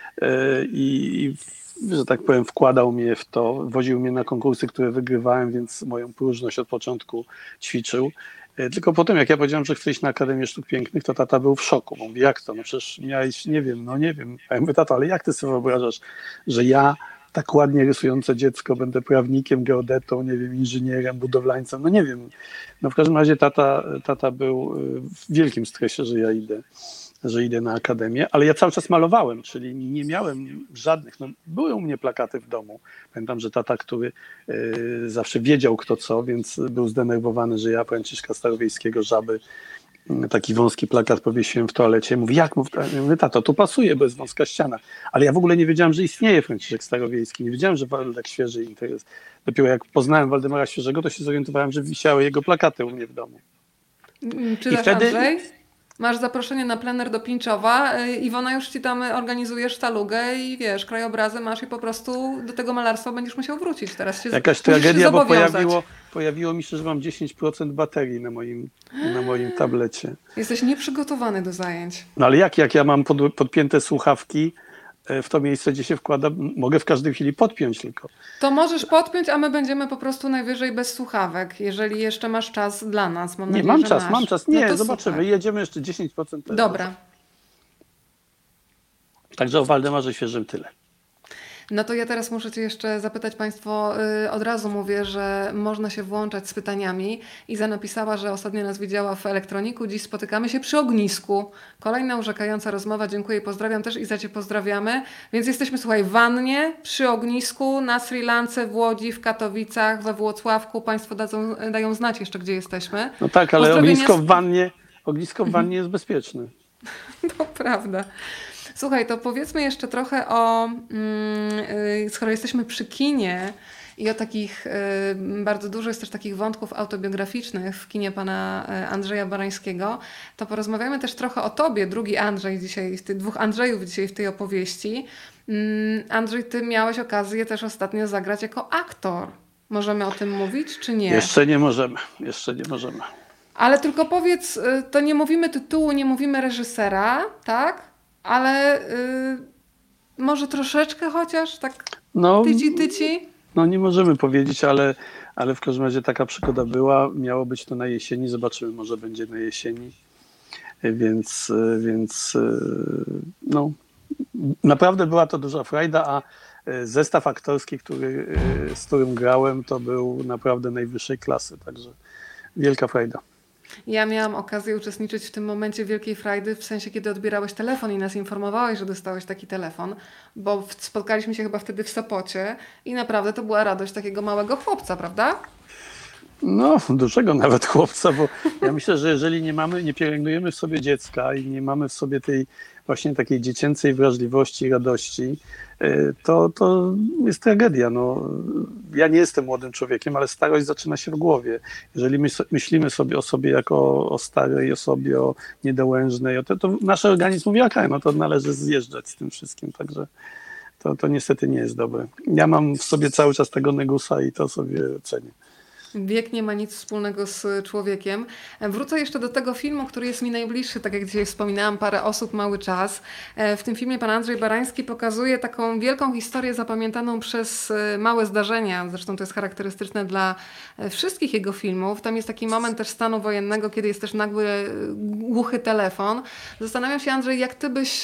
i że tak powiem wkładał mnie w to, woził mnie na konkursy, które wygrywałem, więc moją próżność od początku ćwiczył. Tylko potem, jak ja powiedziałem, że chcę iść na Akademię Sztuk Pięknych, to tata był w szoku. Mówi: jak to? No przecież miałeś, nie wiem. A ja mówię: tato, ale jak ty sobie wyobrażasz, że ja, tak ładnie rysujące dziecko, będę prawnikiem, geodetą, nie wiem, inżynierem, budowlańcem? No nie wiem. No w każdym razie tata był w wielkim stresie, że idę na akademię, ale ja cały czas malowałem, czyli nie miałem żadnych, no były u mnie plakaty w domu. Pamiętam, że tata, który zawsze wiedział kto co, więc był zdenerwowany, że ja Franciszka Starowiejskiego, Żaby, taki wąski plakat powiesiłem w toalecie. Mówi: jak? Mówię: tato, tu pasuje, bo jest wąska ściana. Ale ja w ogóle nie wiedziałem, że istnieje Franciszek Starowiejski. Nie wiedziałem, że Waldek Świeży interes. Dopiero jak poznałem Waldemara Świeżego, to się zorientowałem, że wisiały jego plakaty u mnie w domu. Czy dasz, Andrzej? Masz zaproszenie na plener do Pińczowa. Iwona już ci tam organizuje sztalugę i wiesz, krajobrazy masz i po prostu do tego malarstwa będziesz musiał wrócić. Teraz się jakaś tragedia, bo pojawiło mi się, że mam 10% baterii na moim tablecie. Jesteś nieprzygotowany do zajęć. No ale jak ja mam podpięte słuchawki w to miejsce, gdzie się wkłada, mogę w każdej chwili podpiąć tylko. To możesz podpiąć, a my będziemy po prostu najwyżej bez słuchawek, jeżeli jeszcze masz czas dla nas. Mam nadzieję, mam czas. Nie, no zobaczymy. Super. Jedziemy jeszcze 10%. Dobra. Także o Waldemarze Świeżym tyle. No to ja teraz muszę cię jeszcze zapytać, państwo, od razu mówię, że można się włączać z pytaniami. Iza napisała, że ostatnio nas widziała w Elektroniku, dziś spotykamy się przy ognisku. Kolejna urzekająca rozmowa, dziękuję i pozdrawiam też. Iza, cię pozdrawiamy. Więc jesteśmy, słuchaj, w wannie, przy ognisku, na Sri Lance, w Łodzi, w Katowicach, we Włocławku. Państwo dają znać jeszcze, gdzie jesteśmy. No tak, ale ognisko w wannie jest bezpieczne. To prawda. Słuchaj, to powiedzmy jeszcze trochę skoro jesteśmy przy kinie i o takich, bardzo dużo jest też takich wątków autobiograficznych w kinie pana Andrzeja Barańskiego, to porozmawiamy też trochę o tobie, drugi Andrzej dzisiaj, dwóch Andrzejów dzisiaj w tej opowieści. Andrzej, ty miałeś okazję też ostatnio zagrać jako aktor. Możemy o tym mówić, czy nie? Jeszcze nie możemy, jeszcze nie możemy. Ale tylko powiedz, to nie mówimy tytułu, nie mówimy reżysera, tak? Ale może troszeczkę chociaż, tak tyci? No nie możemy powiedzieć, ale w każdym razie taka przygoda była. Miało być to na jesieni, zobaczymy, może będzie na jesieni. Więc no naprawdę była to duża frajda, a zestaw aktorski, z którym grałem, to był naprawdę najwyższej klasy, także wielka frajda. Ja miałam okazję uczestniczyć w tym momencie wielkiej frajdy, w sensie kiedy odbierałeś telefon i nas informowałeś, że dostałeś taki telefon, bo spotkaliśmy się chyba wtedy w Sopocie i naprawdę to była radość takiego małego chłopca, prawda? No, dużego nawet chłopca, bo ja myślę, że jeżeli nie pielęgnujemy w sobie dziecka i nie mamy w sobie tej właśnie takiej dziecięcej wrażliwości i radości, to jest tragedia. No, ja nie jestem młodym człowiekiem, ale starość zaczyna się w głowie. Jeżeli myślimy sobie o sobie jako o starej osobie, o niedołężnej, to nasz organizm mówi, okej, no to należy zjeżdżać z tym wszystkim, także to niestety nie jest dobre. Ja mam w sobie cały czas tego negusa i to sobie cenię. Wiek nie ma nic wspólnego z człowiekiem. Wrócę jeszcze do tego filmu, który jest mi najbliższy, tak jak dzisiaj wspominałam, Parę osób, mały czas. W tym filmie pan Andrzej Barański pokazuje taką wielką historię zapamiętaną przez małe zdarzenia. Zresztą to jest charakterystyczne dla wszystkich jego filmów. Tam jest taki moment też stanu wojennego, kiedy jest też nagły, głuchy telefon. Zastanawiam się, Andrzej, jak ty byś...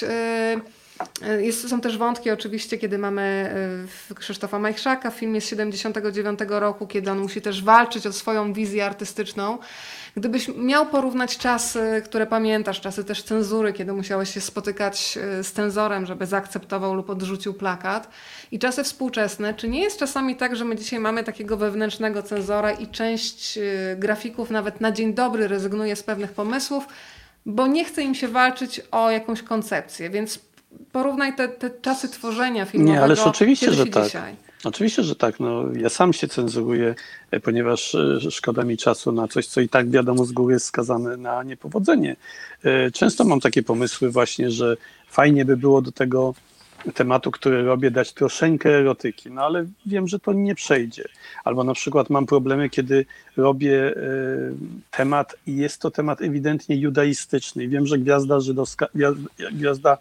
Są też wątki oczywiście, kiedy mamy Krzysztofa Majchrzaka w filmie z 79 roku, kiedy on musi też walczyć o swoją wizję artystyczną. Gdybyś miał porównać czasy, które pamiętasz, czasy też cenzury, kiedy musiałeś się spotykać z cenzorem, żeby zaakceptował lub odrzucił plakat, i czasy współczesne, czy nie jest czasami tak, że my dzisiaj mamy takiego wewnętrznego cenzora i część grafików nawet na dzień dobry rezygnuje z pewnych pomysłów, bo nie chce im się walczyć o jakąś koncepcję, więc porównaj te czasy tworzenia filmowego. Nie, ależ oczywiście, że tak. Dzisiaj. Oczywiście, że tak. No, ja sam się cenzuruję, ponieważ szkoda mi czasu na coś, co i tak wiadomo z góry jest skazane na niepowodzenie. Często mam takie pomysły właśnie, że fajnie by było do tego tematu, który robię, dać troszeczkę erotyki, no ale wiem, że to nie przejdzie. Albo na przykład mam problemy, kiedy robię temat i jest to temat ewidentnie judaistyczny i wiem, że gwiazda żydowska, gwiazda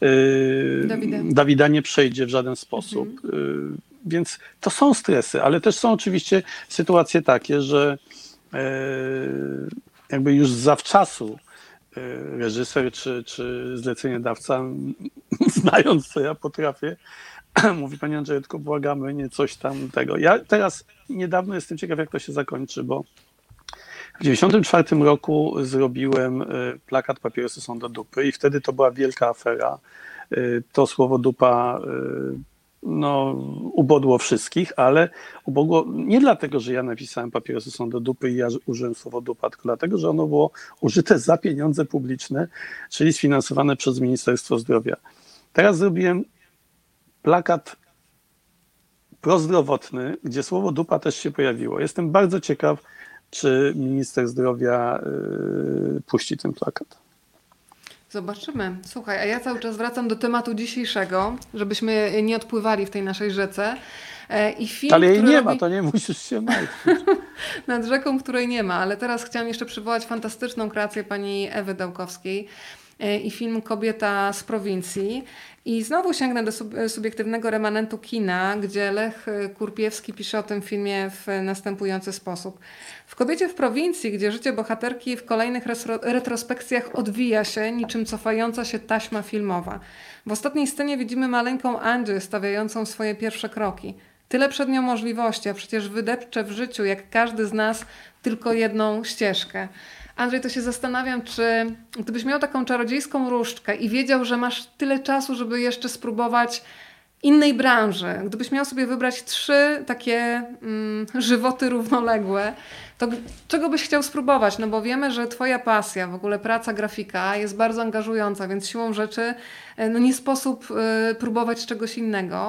Dawida nie przejdzie w żaden sposób. Więc to są stresy, ale też są oczywiście sytuacje takie, że jakby już zawczasu reżyser czy zleceniodawca, znając co ja potrafię, mówi: panie Andrzeju, tylko błagamy, nie coś tam tego. Ja teraz niedawno jestem ciekaw, jak to się zakończy, bo w 1994 roku zrobiłem plakat Papierosy są do dupy i wtedy to była wielka afera. To słowo dupa ubodło wszystkich, ale ubodło nie dlatego, że ja napisałem Papierosy są do dupy i ja użyłem słowo dupa, tylko dlatego, że ono było użyte za pieniądze publiczne, czyli sfinansowane przez Ministerstwo Zdrowia. Teraz zrobiłem plakat prozdrowotny, gdzie słowo dupa też się pojawiło. Jestem bardzo ciekaw, czy minister zdrowia puści ten plakat. Zobaczymy. Słuchaj, a ja cały czas wracam do tematu dzisiejszego, żebyśmy nie odpływali w tej naszej rzece. I film, ale jej nie ma, to nie musisz się martwić. Nad rzeką, której nie ma, ale teraz chciałam jeszcze przywołać fantastyczną kreację pani Ewy Dałkowskiej i film Kobieta z prowincji. I znowu sięgnę do subiektywnego remanentu kina, gdzie Lech Kurpiewski pisze o tym filmie w następujący sposób. W Kobiecie w prowincji, gdzie życie bohaterki w kolejnych retrospekcjach odwija się niczym cofająca się taśma filmowa. W ostatniej scenie widzimy maleńką Andzie stawiającą swoje pierwsze kroki. Tyle przed nią możliwości, a przecież wydepcze w życiu, jak każdy z nas, tylko jedną ścieżkę. Andrzej, to się zastanawiam, czy gdybyś miał taką czarodziejską różdżkę i wiedział, że masz tyle czasu, żeby jeszcze spróbować innej branży, gdybyś miał sobie wybrać 3 takie żywoty równoległe, to czego byś chciał spróbować? No bo wiemy, że twoja pasja, w ogóle praca grafika jest bardzo angażująca, więc siłą rzeczy nie sposób próbować czegoś innego.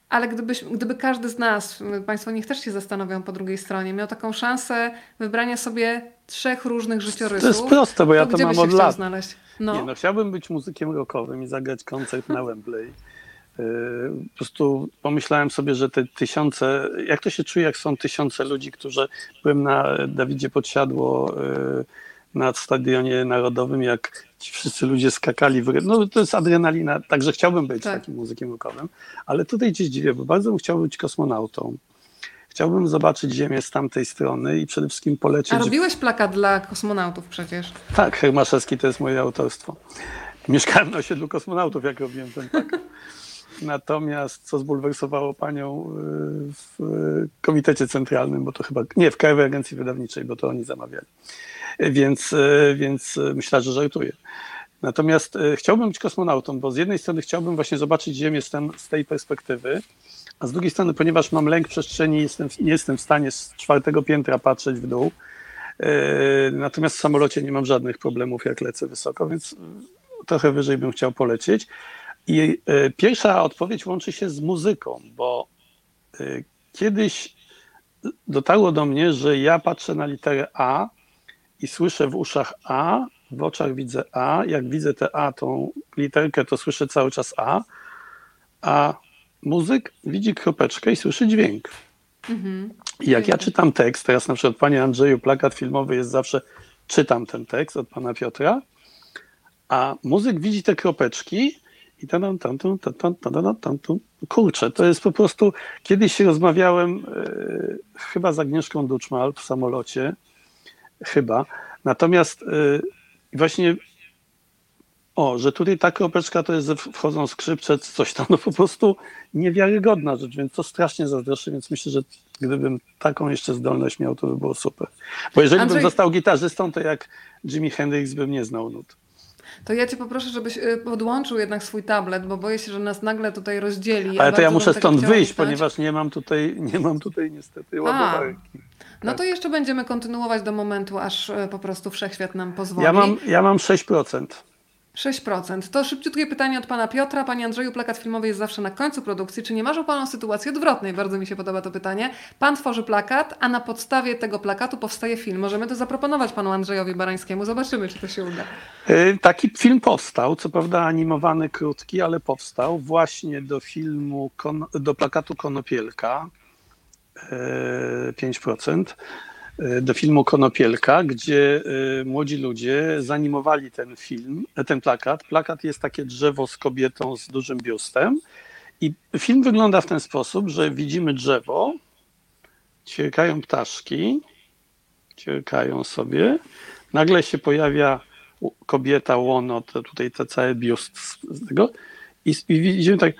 Ale gdyby każdy z nas, Państwo niech też się zastanowią po drugiej stronie, miał taką szansę wybrania sobie 3 różnych życiorysów, To jest proste, bo ja to gdzie mam byś się od chciał lat. znaleźć? Nie, chciałbym być muzykiem rockowym i zagrać koncert na Wembley. Po prostu pomyślałem sobie, że te tysiące, jak to się czuje, jak są tysiące ludzi, którzy byłem na Dawidzie Podsiadło na Stadionie Narodowym, jak ci wszyscy ludzie skakali no to jest adrenalina, także chciałbym być takim muzykiem rockowym, ale tutaj gdzieś dziwię, bo bardzo bym chciał być kosmonautą. Chciałbym zobaczyć Ziemię z tamtej strony i przede wszystkim polecieć. A robiłeś plakat dla kosmonautów przecież. Tak, Hermaszewski to jest moje autorstwo. Mieszkałem na osiedlu kosmonautów, jak robiłem ten plakat. Natomiast co zbulwersowało panią w Komitecie Centralnym, bo to chyba, nie, w Krajowej Agencji Wydawniczej, bo to oni zamawiali. Więc myślę, że żartuję. Natomiast chciałbym być kosmonautą, bo z jednej strony chciałbym właśnie zobaczyć Ziemię z tej perspektywy, a z drugiej strony, ponieważ mam lęk przestrzeni, nie jestem w stanie z 4. piętra patrzeć w dół. Natomiast w samolocie nie mam żadnych problemów, jak lecę wysoko, więc trochę wyżej bym chciał polecieć. I pierwsza odpowiedź łączy się z muzyką, bo kiedyś dotarło do mnie, że ja patrzę na literę A i słyszę w uszach A, w oczach widzę A. Jak widzę tę A, tą literkę, to słyszę cały czas a muzyk widzi kropeczkę i słyszy dźwięk. I jak ja czytam tekst, teraz na przykład panie Andrzeju, plakat filmowy jest zawsze, czytam ten tekst od pana Piotra, a muzyk widzi te kropeczki i kurczę, to jest po prostu, kiedyś rozmawiałem chyba z Agnieszką Duczmal w samolocie, natomiast właśnie że tutaj ta kropeczka to jest, wchodzą skrzypce, coś tam, no po prostu niewiarygodna rzecz, więc to strasznie zazdroszczę, więc myślę, że gdybym taką jeszcze zdolność miał, to by było super. Bo jeżeli bym został gitarzystą, to jak Jimi Hendrix bym nie znał nut. To ja cię poproszę, żebyś podłączył jednak swój tablet, bo boję się, że nas nagle tutaj rozdzieli. Ale to ja muszę stąd wyjść, ponieważ nie mam tutaj niestety ładowarki. No to jeszcze będziemy kontynuować do momentu, aż po prostu wszechświat nam pozwoli. Ja mam 6%. 6%. To szybciutkie pytanie od pana Piotra. Panie Andrzeju, plakat filmowy jest zawsze na końcu produkcji. Czy nie marzył pan o sytuacji odwrotnej? Bardzo mi się podoba to pytanie. Pan tworzy plakat, a na podstawie tego plakatu powstaje film. Możemy to zaproponować panu Andrzejowi Barańskiemu. Zobaczymy, czy to się uda. Taki film powstał, co prawda animowany, krótki, ale powstał właśnie do plakatu Konopielka. 5%. Do filmu Konopielka, gdzie młodzi ludzie zanimowali ten plakat. Plakat jest takie drzewo z kobietą z dużym biustem i film wygląda w ten sposób, że widzimy drzewo, ćwierkają ptaszki, ćwierkają sobie, nagle się pojawia kobieta, łono, tutaj ten cały biust z tego i widzimy tak...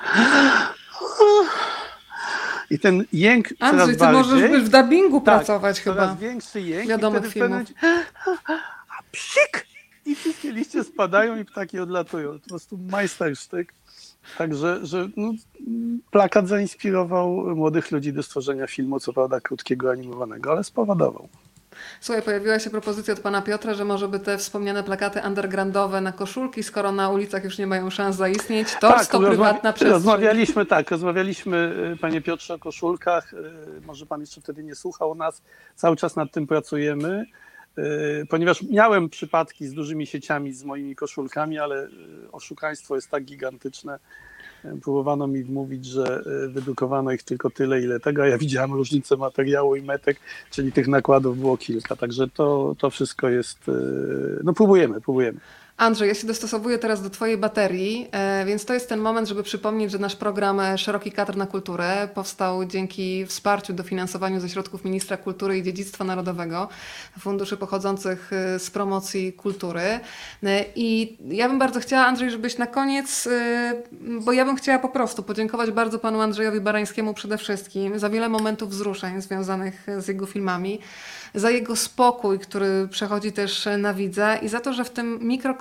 I ten jęk Andrzej, coraz bardziej... Andrzej, ty możesz w dubbingu pracować chyba. Coraz większy jęk. Wiadomo, i wtedy a psik! I wszystkie liście spadają i ptaki odlatują. To po prostu majstersztyk. Także plakat zainspirował młodych ludzi do stworzenia filmu, co prawda krótkiego, animowanego, ale spowodował. Słuchaj, pojawiła się propozycja od pana Piotra, że może by te wspomniane plakaty undergroundowe na koszulki, skoro na ulicach już nie mają szans zaistnieć, to prywatna przestrzeń. Rozmawialiśmy, panie Piotrze, o koszulkach. Może pan jeszcze wtedy nie słuchał nas. Cały czas nad tym pracujemy, ponieważ miałem przypadki z dużymi sieciami z moimi koszulkami, ale oszukaństwo jest tak gigantyczne. Próbowano mi wmówić, że wydrukowano ich tylko tyle, ile tego, a ja widziałem różnicę materiału i metek, czyli tych nakładów było kilka. Także to wszystko jest... próbujemy. Andrzej, ja się dostosowuję teraz do twojej baterii, więc to jest ten moment, żeby przypomnieć, że nasz program Szeroki Kadr na Kulturę powstał dzięki wsparciu, dofinansowaniu ze środków Ministra Kultury i Dziedzictwa Narodowego, funduszy pochodzących z promocji kultury. I ja bym bardzo chciała, Andrzej, żebyś na koniec, bo ja bym chciała po prostu podziękować bardzo panu Andrzejowi Barańskiemu przede wszystkim za wiele momentów wzruszeń związanych z jego filmami, za jego spokój, który przechodzi też na widza i za to, że w tym mikrokosmie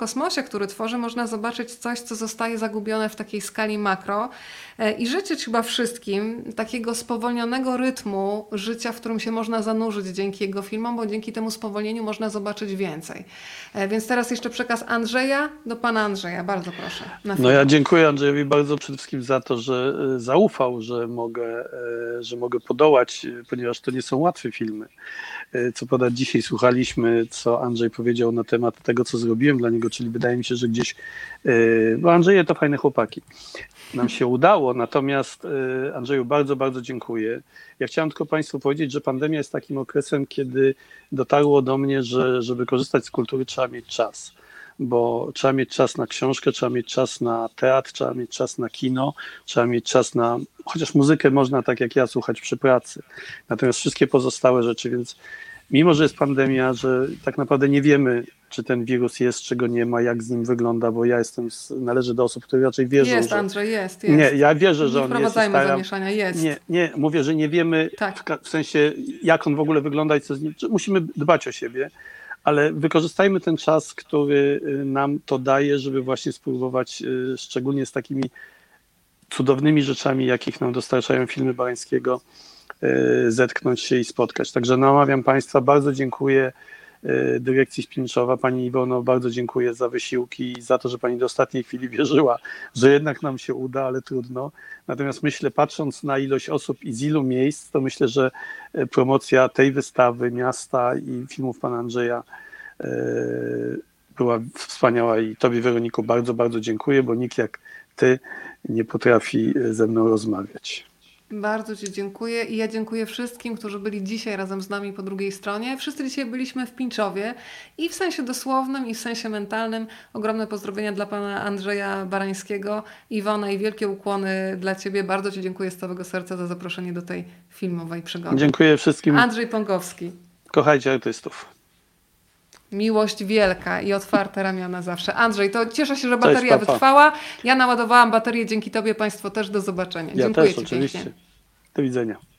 kosmosie, który tworzy, można zobaczyć coś, co zostaje zagubione w takiej skali makro i życzyć chyba wszystkim takiego spowolnionego rytmu życia, w którym się można zanurzyć dzięki jego filmom, bo dzięki temu spowolnieniu można zobaczyć więcej. Więc teraz jeszcze przekaz Andrzeja do pana Andrzeja. Bardzo proszę. No ja dziękuję Andrzejowi bardzo przede wszystkim za to, że zaufał, że mogę podołać, ponieważ to nie są łatwe filmy. Co prawda dzisiaj słuchaliśmy, co Andrzej powiedział na temat tego, co zrobiłem dla niego, czyli wydaje mi się, że gdzieś, bo Andrzeje to fajne chłopaki, nam się udało, natomiast Andrzeju bardzo, bardzo dziękuję. Ja chciałem tylko Państwu powiedzieć, że pandemia jest takim okresem, kiedy dotarło do mnie, że żeby korzystać z kultury trzeba mieć czas, bo trzeba mieć czas na książkę, trzeba mieć czas na teatr, trzeba mieć czas na kino, trzeba mieć czas na, chociaż muzykę można tak jak ja słuchać przy pracy, natomiast wszystkie pozostałe rzeczy, więc mimo, że jest pandemia, że tak naprawdę nie wiemy, czy ten wirus jest, czy go nie ma, jak z nim wygląda, bo ja należę do osób, które raczej wierzą, jest, że... Andrzej, jest. Nie, ja wierzę, że nie on jest. wprowadzajmy zamieszania, jest. Nie, mówię, że nie wiemy w sensie, jak on w ogóle wygląda i co z nim, musimy dbać o siebie, ale wykorzystajmy ten czas, który nam to daje, żeby właśnie spróbować, szczególnie z takimi cudownymi rzeczami, jakich nam dostarczają filmy Barańskiego, zetknąć się i spotkać. Także namawiam Państwa, bardzo dziękuję dyrekcji Spinczowa, Pani Iwono, bardzo dziękuję za wysiłki i za to, że Pani do ostatniej chwili wierzyła, że jednak nam się uda, ale trudno. Natomiast myślę, patrząc na ilość osób i z ilu miejsc, to myślę, że promocja tej wystawy, miasta i filmów Pana Andrzeja była wspaniała i Tobie, Weroniko, bardzo, bardzo dziękuję, bo nikt jak Ty nie potrafi ze mną rozmawiać. Bardzo Ci dziękuję i ja dziękuję wszystkim, którzy byli dzisiaj razem z nami po drugiej stronie. Wszyscy dzisiaj byliśmy w Pińczowie i w sensie dosłownym, i w sensie mentalnym. Ogromne pozdrowienia dla pana Andrzeja Barańskiego. Iwona, i wielkie ukłony dla Ciebie. Bardzo Ci dziękuję z całego serca za zaproszenie do tej filmowej przygody. Dziękuję wszystkim. Andrzej Pągowski. Kochajcie artystów. Miłość wielka i otwarte ramiona zawsze. Andrzej, to cieszę się, że bateria wytrwała. Ja naładowałam baterię dzięki Tobie, Państwo też. Do zobaczenia. Ja dziękuję też, Ci oczywiście. pięknie. Do widzenia.